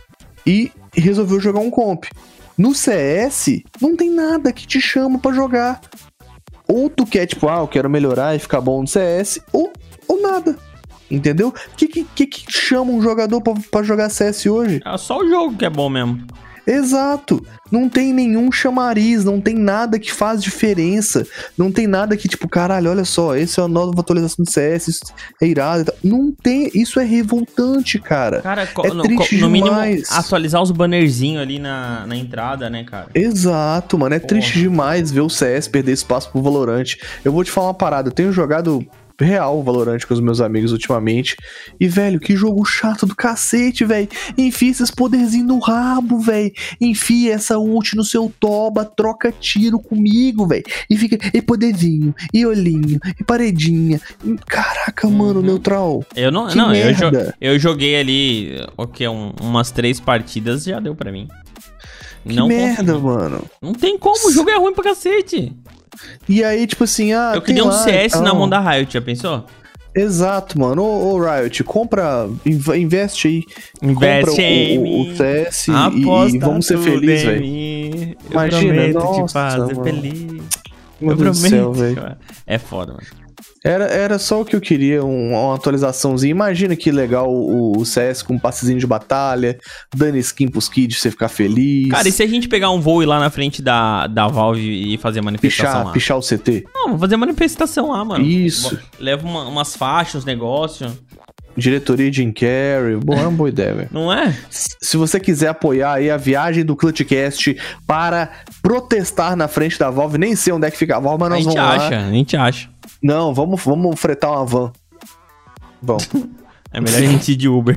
E resolveu jogar um comp. No CS, não tem nada que te chama pra jogar. Ou tu quer, tipo, eu quero melhorar e ficar bom no CS, ou nada. Entendeu? O que chama um jogador pra jogar CS hoje? É só o jogo que é bom mesmo. Exato, não tem nenhum chamariz, não tem nada que faz diferença, não tem nada que tipo, caralho, olha só, essa é a nova atualização do CS, isso é irado e tal. Não tem, isso é revoltante, cara. Cara, é triste no mínimo, demais. atualizar os bannerzinhos ali na entrada, né, cara? Exato, mano, é triste demais ver o CS perder espaço pro Valorant. Eu vou te falar uma parada, eu tenho jogado real o Valorant com os meus amigos ultimamente. E, velho, que jogo chato do cacete, velho. Enfia esses poderzinhos no rabo, velho. Enfia essa ult no seu toba, troca tiro comigo, velho. E fica, e poderzinho, e olhinho, e paredinha. Caraca, mano, Neutral. Eu não, Que não, merda. eu joguei ali, umas 3 partidas, já deu pra mim. Que Não merda, consegui. mano. Não tem como, o jogo é ruim pra cacete. E aí, tipo assim, Eu tem queria um lá, CS na então. mão da Riot, já pensou? Exato, mano. Ô, Riot, compra, investe aí. Investe compra em o mim. CS Aposta e vamos ser tudo felizes, em velho. mim. Eu Imagina, prometo nossa, te fazer mano. feliz. Meu Eu Deus do céu, prometo. velho. É foda, mano. Era só o que eu queria, uma atualizaçãozinha. Imagina que legal o CS com um passezinho de batalha, dando skin pros kids, você ficar feliz. Cara, e se a gente pegar um voo e ir lá na frente da Valve e fazer manifestação lá? Pichar o CT? Não, vamos fazer manifestação lá, mano. Isso. Leva umas faixas, uns negócios. Diretoria Jim Carrey. Bom, é uma boa ideia, velho. Não é? Se você quiser apoiar aí a viagem do Clutchcast para protestar na frente da Valve, nem sei onde é que fica a Valve, mas A nós gente vamos lá. acha, a gente acha. Não, vamos fretar uma van. Bom. É melhor a gente ir de Uber.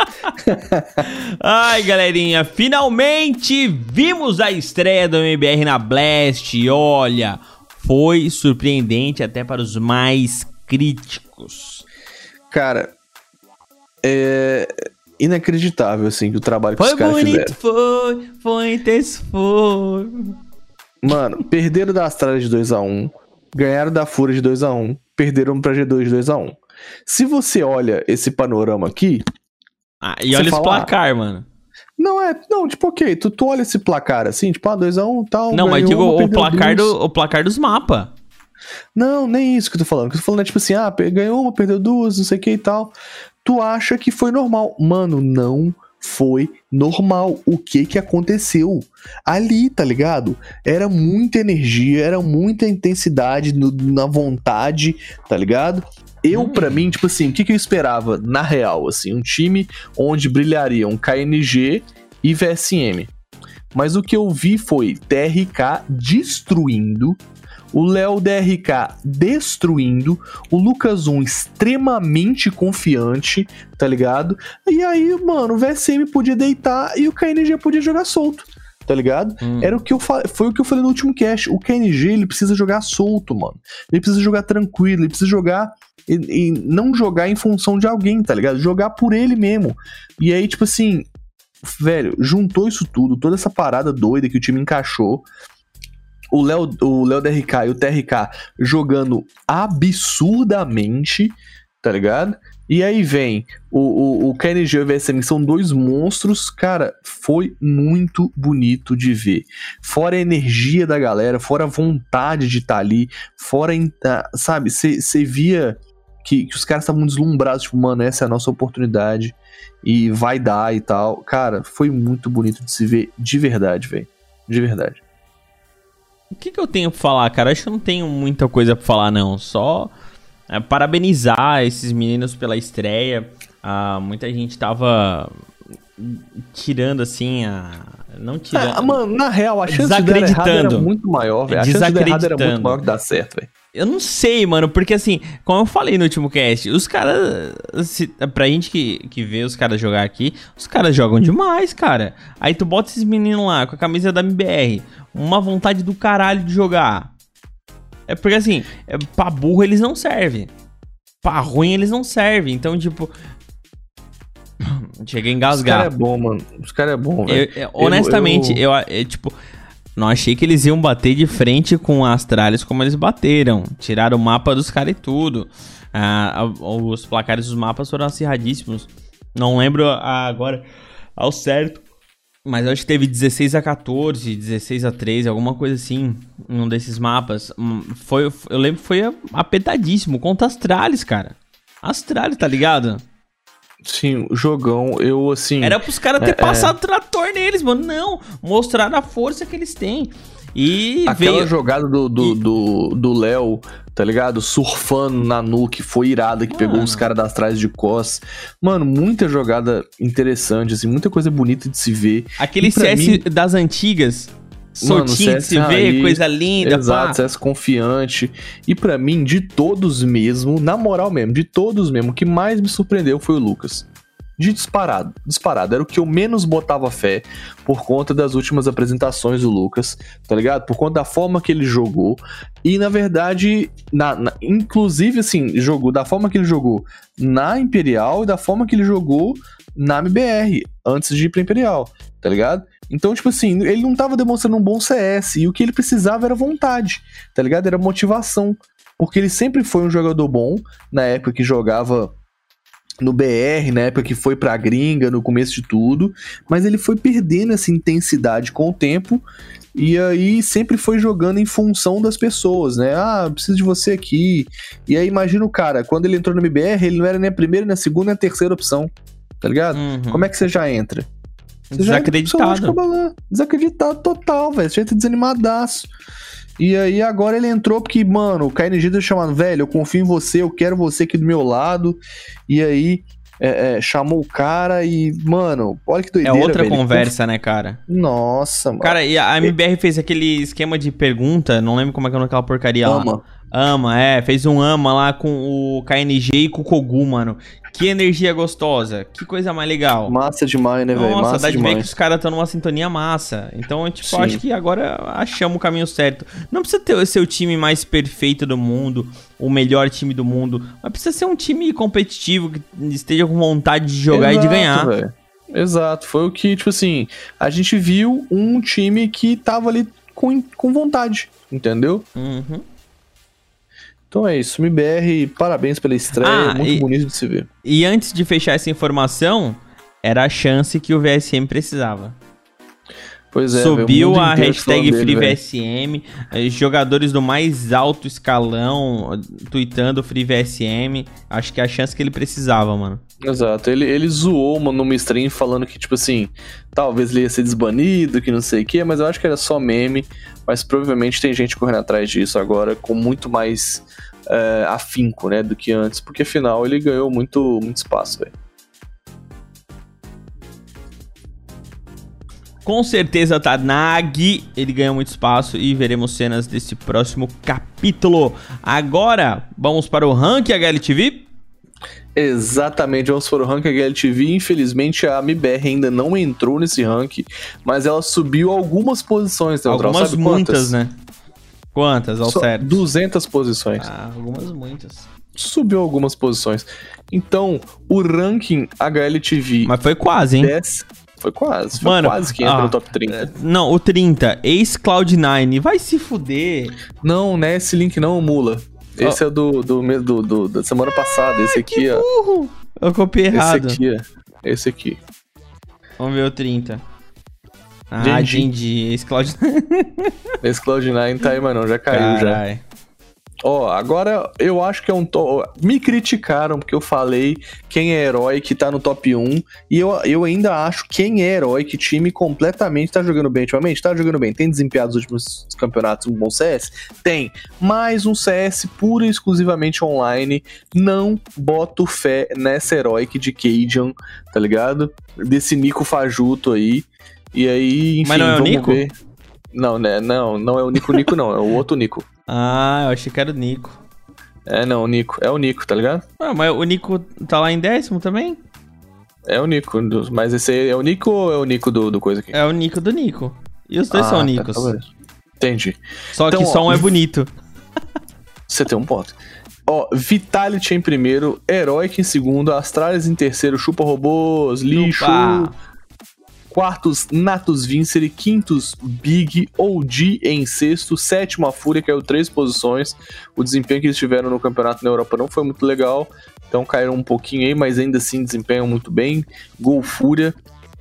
Ai, galerinha, finalmente vimos a estreia do MBR na Blast. E olha, foi surpreendente até para os mais críticos. Cara, é inacreditável, assim, o trabalho que Foi os caras bonito, fizeram. foi intenso, foi. Mano, perderam da Astralis de 2-1. ganharam da Fúria de 2-1, perderam pra G2 de 2-1. Se você olha esse panorama aqui... e olha esse placar, mano. Não, tipo, ok, tu olha esse placar assim, tipo, 2-1 e tal... Não, mas digo o placar dos mapas. Não, nem isso que eu tô falando. O que eu tô falando é tipo assim, ganhou uma, perdeu duas, não sei o que e tal. Tu acha que foi normal. Mano, não foi normal. O que aconteceu ali, tá ligado? Era muita energia, era muita intensidade na vontade, tá ligado? Pra mim, tipo assim, o que eu esperava na real, assim, um time onde brilhariam KNG e VSM. Mas o que eu vi foi TRK destruindo, o Léo DRK destruindo, o Lucas 1 extremamente confiante, tá ligado? E aí, mano, o VSM podia deitar e o KNG podia jogar solto, tá ligado? Foi o que eu falei no último cast. O KNG, ele precisa jogar solto, mano. Ele precisa jogar tranquilo, ele precisa jogar e não jogar em função de alguém, tá ligado? Jogar por ele mesmo. E aí, tipo assim, velho, juntou isso tudo, toda essa parada doida que o time encaixou. O Léo DRK e o TRK jogando absurdamente, tá ligado? E aí vem o KNG e o VSM, que são dois monstros. Cara, foi muito bonito de ver. Fora a energia da galera, fora a vontade de estar ali, fora, sabe, você via que os caras estavam deslumbrados, tipo, mano, essa é a nossa oportunidade e vai dar e tal. Cara, foi muito bonito de se ver de verdade, velho. De verdade. O que eu tenho pra falar, cara? Acho que eu não tenho muita coisa pra falar, não. Só parabenizar esses meninos pela estreia. Muita gente tava tirando, assim, não tirando... mano, na real, a chance de dar errado era muito maior, velho. A chance de dar errado era muito maior que dar certo, velho. Eu não sei, mano, porque assim, como eu falei no último cast, os caras, pra gente que vê os caras jogar aqui, os caras jogam demais, cara. Aí tu bota esses meninos lá com a camisa da MBR, uma vontade do caralho de jogar. É porque assim, pra burro eles não servem. Pra ruim eles não servem. Então, tipo... Cheguei a engasgar. Os caras é bom, mano. Os caras é bom, velho. Honestamente, eu tipo... Não achei que eles iam bater de frente com a Astralis como eles bateram. Tiraram o mapa dos caras e tudo. Os placares dos mapas foram acirradíssimos. Não lembro agora ao certo. Mas eu acho que teve 16-14, 16-13, alguma coisa assim. Um desses mapas. Eu lembro que foi apertadíssimo contra a Astralis, cara. Astralis, tá ligado? Sim, o jogão, eu assim... Era pros caras ter passado trator neles, mano. Não, mostrar a força que eles têm. E aquela jogada do Léo, tá ligado? Surfando na nuke, foi irada, que pegou os caras das trás de costas. Mano, muita jogada interessante, assim, muita coisa bonita de se ver. Aquele CS das antigas... Soltinho de se ver, coisa linda. Exato, CS confiante. E pra mim, de todos mesmo, na moral mesmo, de todos mesmo, o que mais me surpreendeu foi o Lucas. De disparado. Era o que eu menos botava fé por conta das últimas apresentações do Lucas, tá ligado? Por conta da forma que ele jogou. E na verdade, inclusive assim, jogou da forma que ele jogou na Imperial e da forma que ele jogou na MBR, antes de ir pra Imperial, tá ligado? Então, tipo assim, ele não tava demonstrando um bom CS, e o que ele precisava era vontade, tá ligado? Era motivação, porque ele sempre foi um jogador bom, na época que jogava no BR, na época que foi pra gringa, no começo de tudo, mas ele foi perdendo essa intensidade com o tempo, e aí sempre foi jogando em função das pessoas, né? Preciso de você aqui. E aí imagina o cara, quando ele entrou no MBR, ele não era nem a primeira, nem a segunda, nem a terceira opção, tá ligado? Como é que você já entra? Desacreditado. Desacreditado total, velho. Você já tá desanimadaço. E aí agora ele entrou porque, mano, o KNG deu chamado, velho, eu confio em você, eu quero você aqui do meu lado. E aí chamou o cara e, mano, olha que doideira, é outra velho. Conversa, né, cara? Nossa, mano. Cara, e a MBR fez aquele esquema de pergunta, não lembro como é que é aquela porcaria lá. Fez um ama lá com o KNG e com o Kogu, mano. Que energia gostosa, que coisa mais legal. Massa demais, né, velho? Nossa, dá de ver que os caras estão numa sintonia massa. Então, tipo, acho que agora achamos o caminho certo. Não precisa ser o time mais perfeito do mundo, o melhor time do mundo, mas precisa ser um time competitivo, que esteja com vontade de jogar e de ganhar. Véio. Exato, foi o que, tipo assim, a gente viu um time que tava ali com vontade, entendeu? Então é isso, MBR, parabéns pela estreia, muito bonito de se ver. E antes de fechar essa informação, era a chance que o VSM precisava. Pois é, subiu a hashtag dele, FreeVSM, jogadores do mais alto escalão tweetando FreeVSM. Acho que é a chance que ele precisava, mano. Exato, ele zoou numa stream falando que, tipo assim, talvez ele ia ser desbanido, que não sei o que, mas eu acho que era só meme, mas provavelmente tem gente correndo atrás disso agora com muito mais afinco, né, do que antes, porque afinal ele ganhou muito espaço, velho. Com certeza, Tanag, ele ganhou muito espaço e veremos cenas desse próximo capítulo. Agora, vamos para o ranking HLTV? Exatamente, vamos para o ranking HLTV. Infelizmente, a MBR ainda não entrou nesse ranking, mas ela subiu algumas posições. Algumas, sabe muitas, né? Quantas, ao certo? 200 posições. Algumas muitas. Subiu algumas posições. Então, o ranking HLTV... Mas foi quase, hein? Foi quase, mano, quase que entra no top 30. Não, o 30, Ace Cloud9, vai se fuder. Não, não é esse link não, mula. Esse é da semana passada, esse aqui, ó. Burro. Eu copiei errado. Esse aqui, ó. Esse aqui. Vamos ver o 30. Entendi. Ace Cloud9. Esse Cloud9 tá aí, mano, já caiu. Carai. Já. Ó, agora eu acho que é me criticaram porque eu falei quem é herói que tá no top 1 e eu ainda acho quem é herói que time completamente tá jogando bem ultimamente, tá jogando bem, tem desempenhado nos últimos campeonatos um bom CS? Tem, mas um CS pura e exclusivamente online, não boto fé nessa heróica de Cajun, tá ligado? Desse Nico fajuto aí, e aí, enfim, mas não é o Nico? Ver. Não, né? Não é o Nico não, é o outro Nico. Ah, eu achei que era o Nico. Não, o Nico. É o Nico, tá ligado? Mas o Nico tá lá em 10º também? É o Nico, mas esse aí é o Nico ou é o Nico do coisa aqui? É o Nico do Nico. E os dois são Nicos. Tá, entendi. Só então, que só um é bonito. Você tem um ponto. Ó, Vitality em primeiro, Heroic em segundo, Astralis em terceiro, Chupa Robôs, Lixo... Quartos, Natus Vincere. Quintos, Big. OG em sexto. Sétimo, a Fúria, caiu 3 posições. O desempenho que eles tiveram no campeonato na Europa não foi muito legal. Então caíram um pouquinho aí, mas ainda assim desempenham muito bem. Gol Fúria.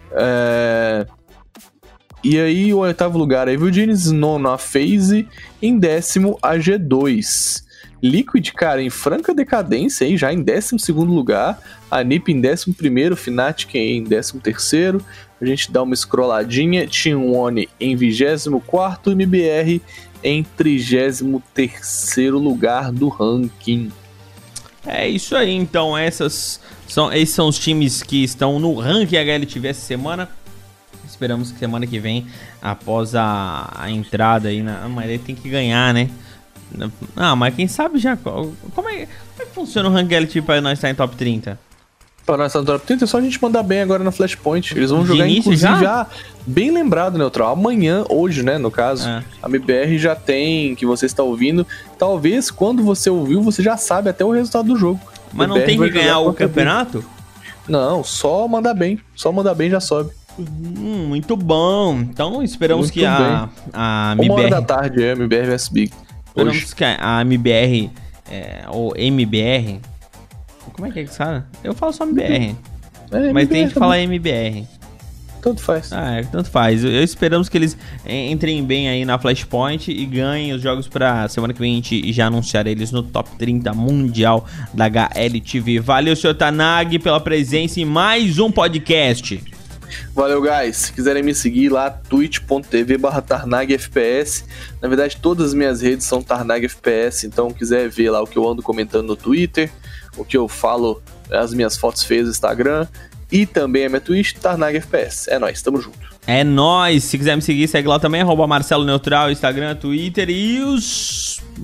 E aí, o oitavo lugar, a Evil Genius. Nono, a FaZe. Em décimo, a G2. Liquid, cara, em franca decadência aí, já em 12º lugar. A NiP em 11º, Fnatic em 13º. A gente dá uma scrolladinha. T1 em 24º, MBR em 33º lugar do ranking. É isso aí, então esses são os times que estão no ranking HLTV essa semana. Esperamos que semana que vem, após a entrada aí, mas ele tem que ganhar, né? Mas quem sabe já... Como é que funciona o ranking HLTV para nós estar em top 30? Para nós estar no top 30 é só a gente mandar bem agora na Flashpoint. Eles vão jogar, inclusive, já bem lembrado, Neutral. Amanhã, hoje, né, no caso, a MBR já tem, que você está ouvindo. Talvez, quando você ouviu, você já sabe até o resultado do jogo. Mas não tem que ganhar o campeonato? Não, só mandar bem. Só mandar bem já sobe. Muito bom. Então, esperamos muito que a MBR... 1h da tarde é MBR vs Big. Esperamos que a MBR, ou MBR... Como é que se fala? Eu falo só MBR. Mas tem que falar MBR. Tanto faz. Tanto faz. Esperamos que eles entrem bem aí na Flashpoint e ganhem os jogos pra semana que vem a gente já anunciar eles no top 30 mundial da HLTV. Valeu, Sr. Tanag, pela presença em mais um podcast. Valeu, guys. Se quiserem me seguir lá, twitch.tv/TarnagFPS. Na verdade, todas as minhas redes são TarnagFPS, então quiser ver lá o que eu ando comentando no Twitter, o que eu falo, as minhas fotos feias no Instagram e também a minha Twitch, TarnagFPS. É nóis, tamo junto. É nóis. Se quiser me seguir, segue lá também, @MarceloNeutral, Instagram, Twitter e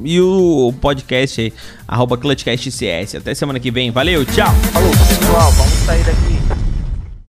o podcast aí, @ClutchCastCS. Até semana que vem. Valeu, tchau. Falou, pessoal. Vamos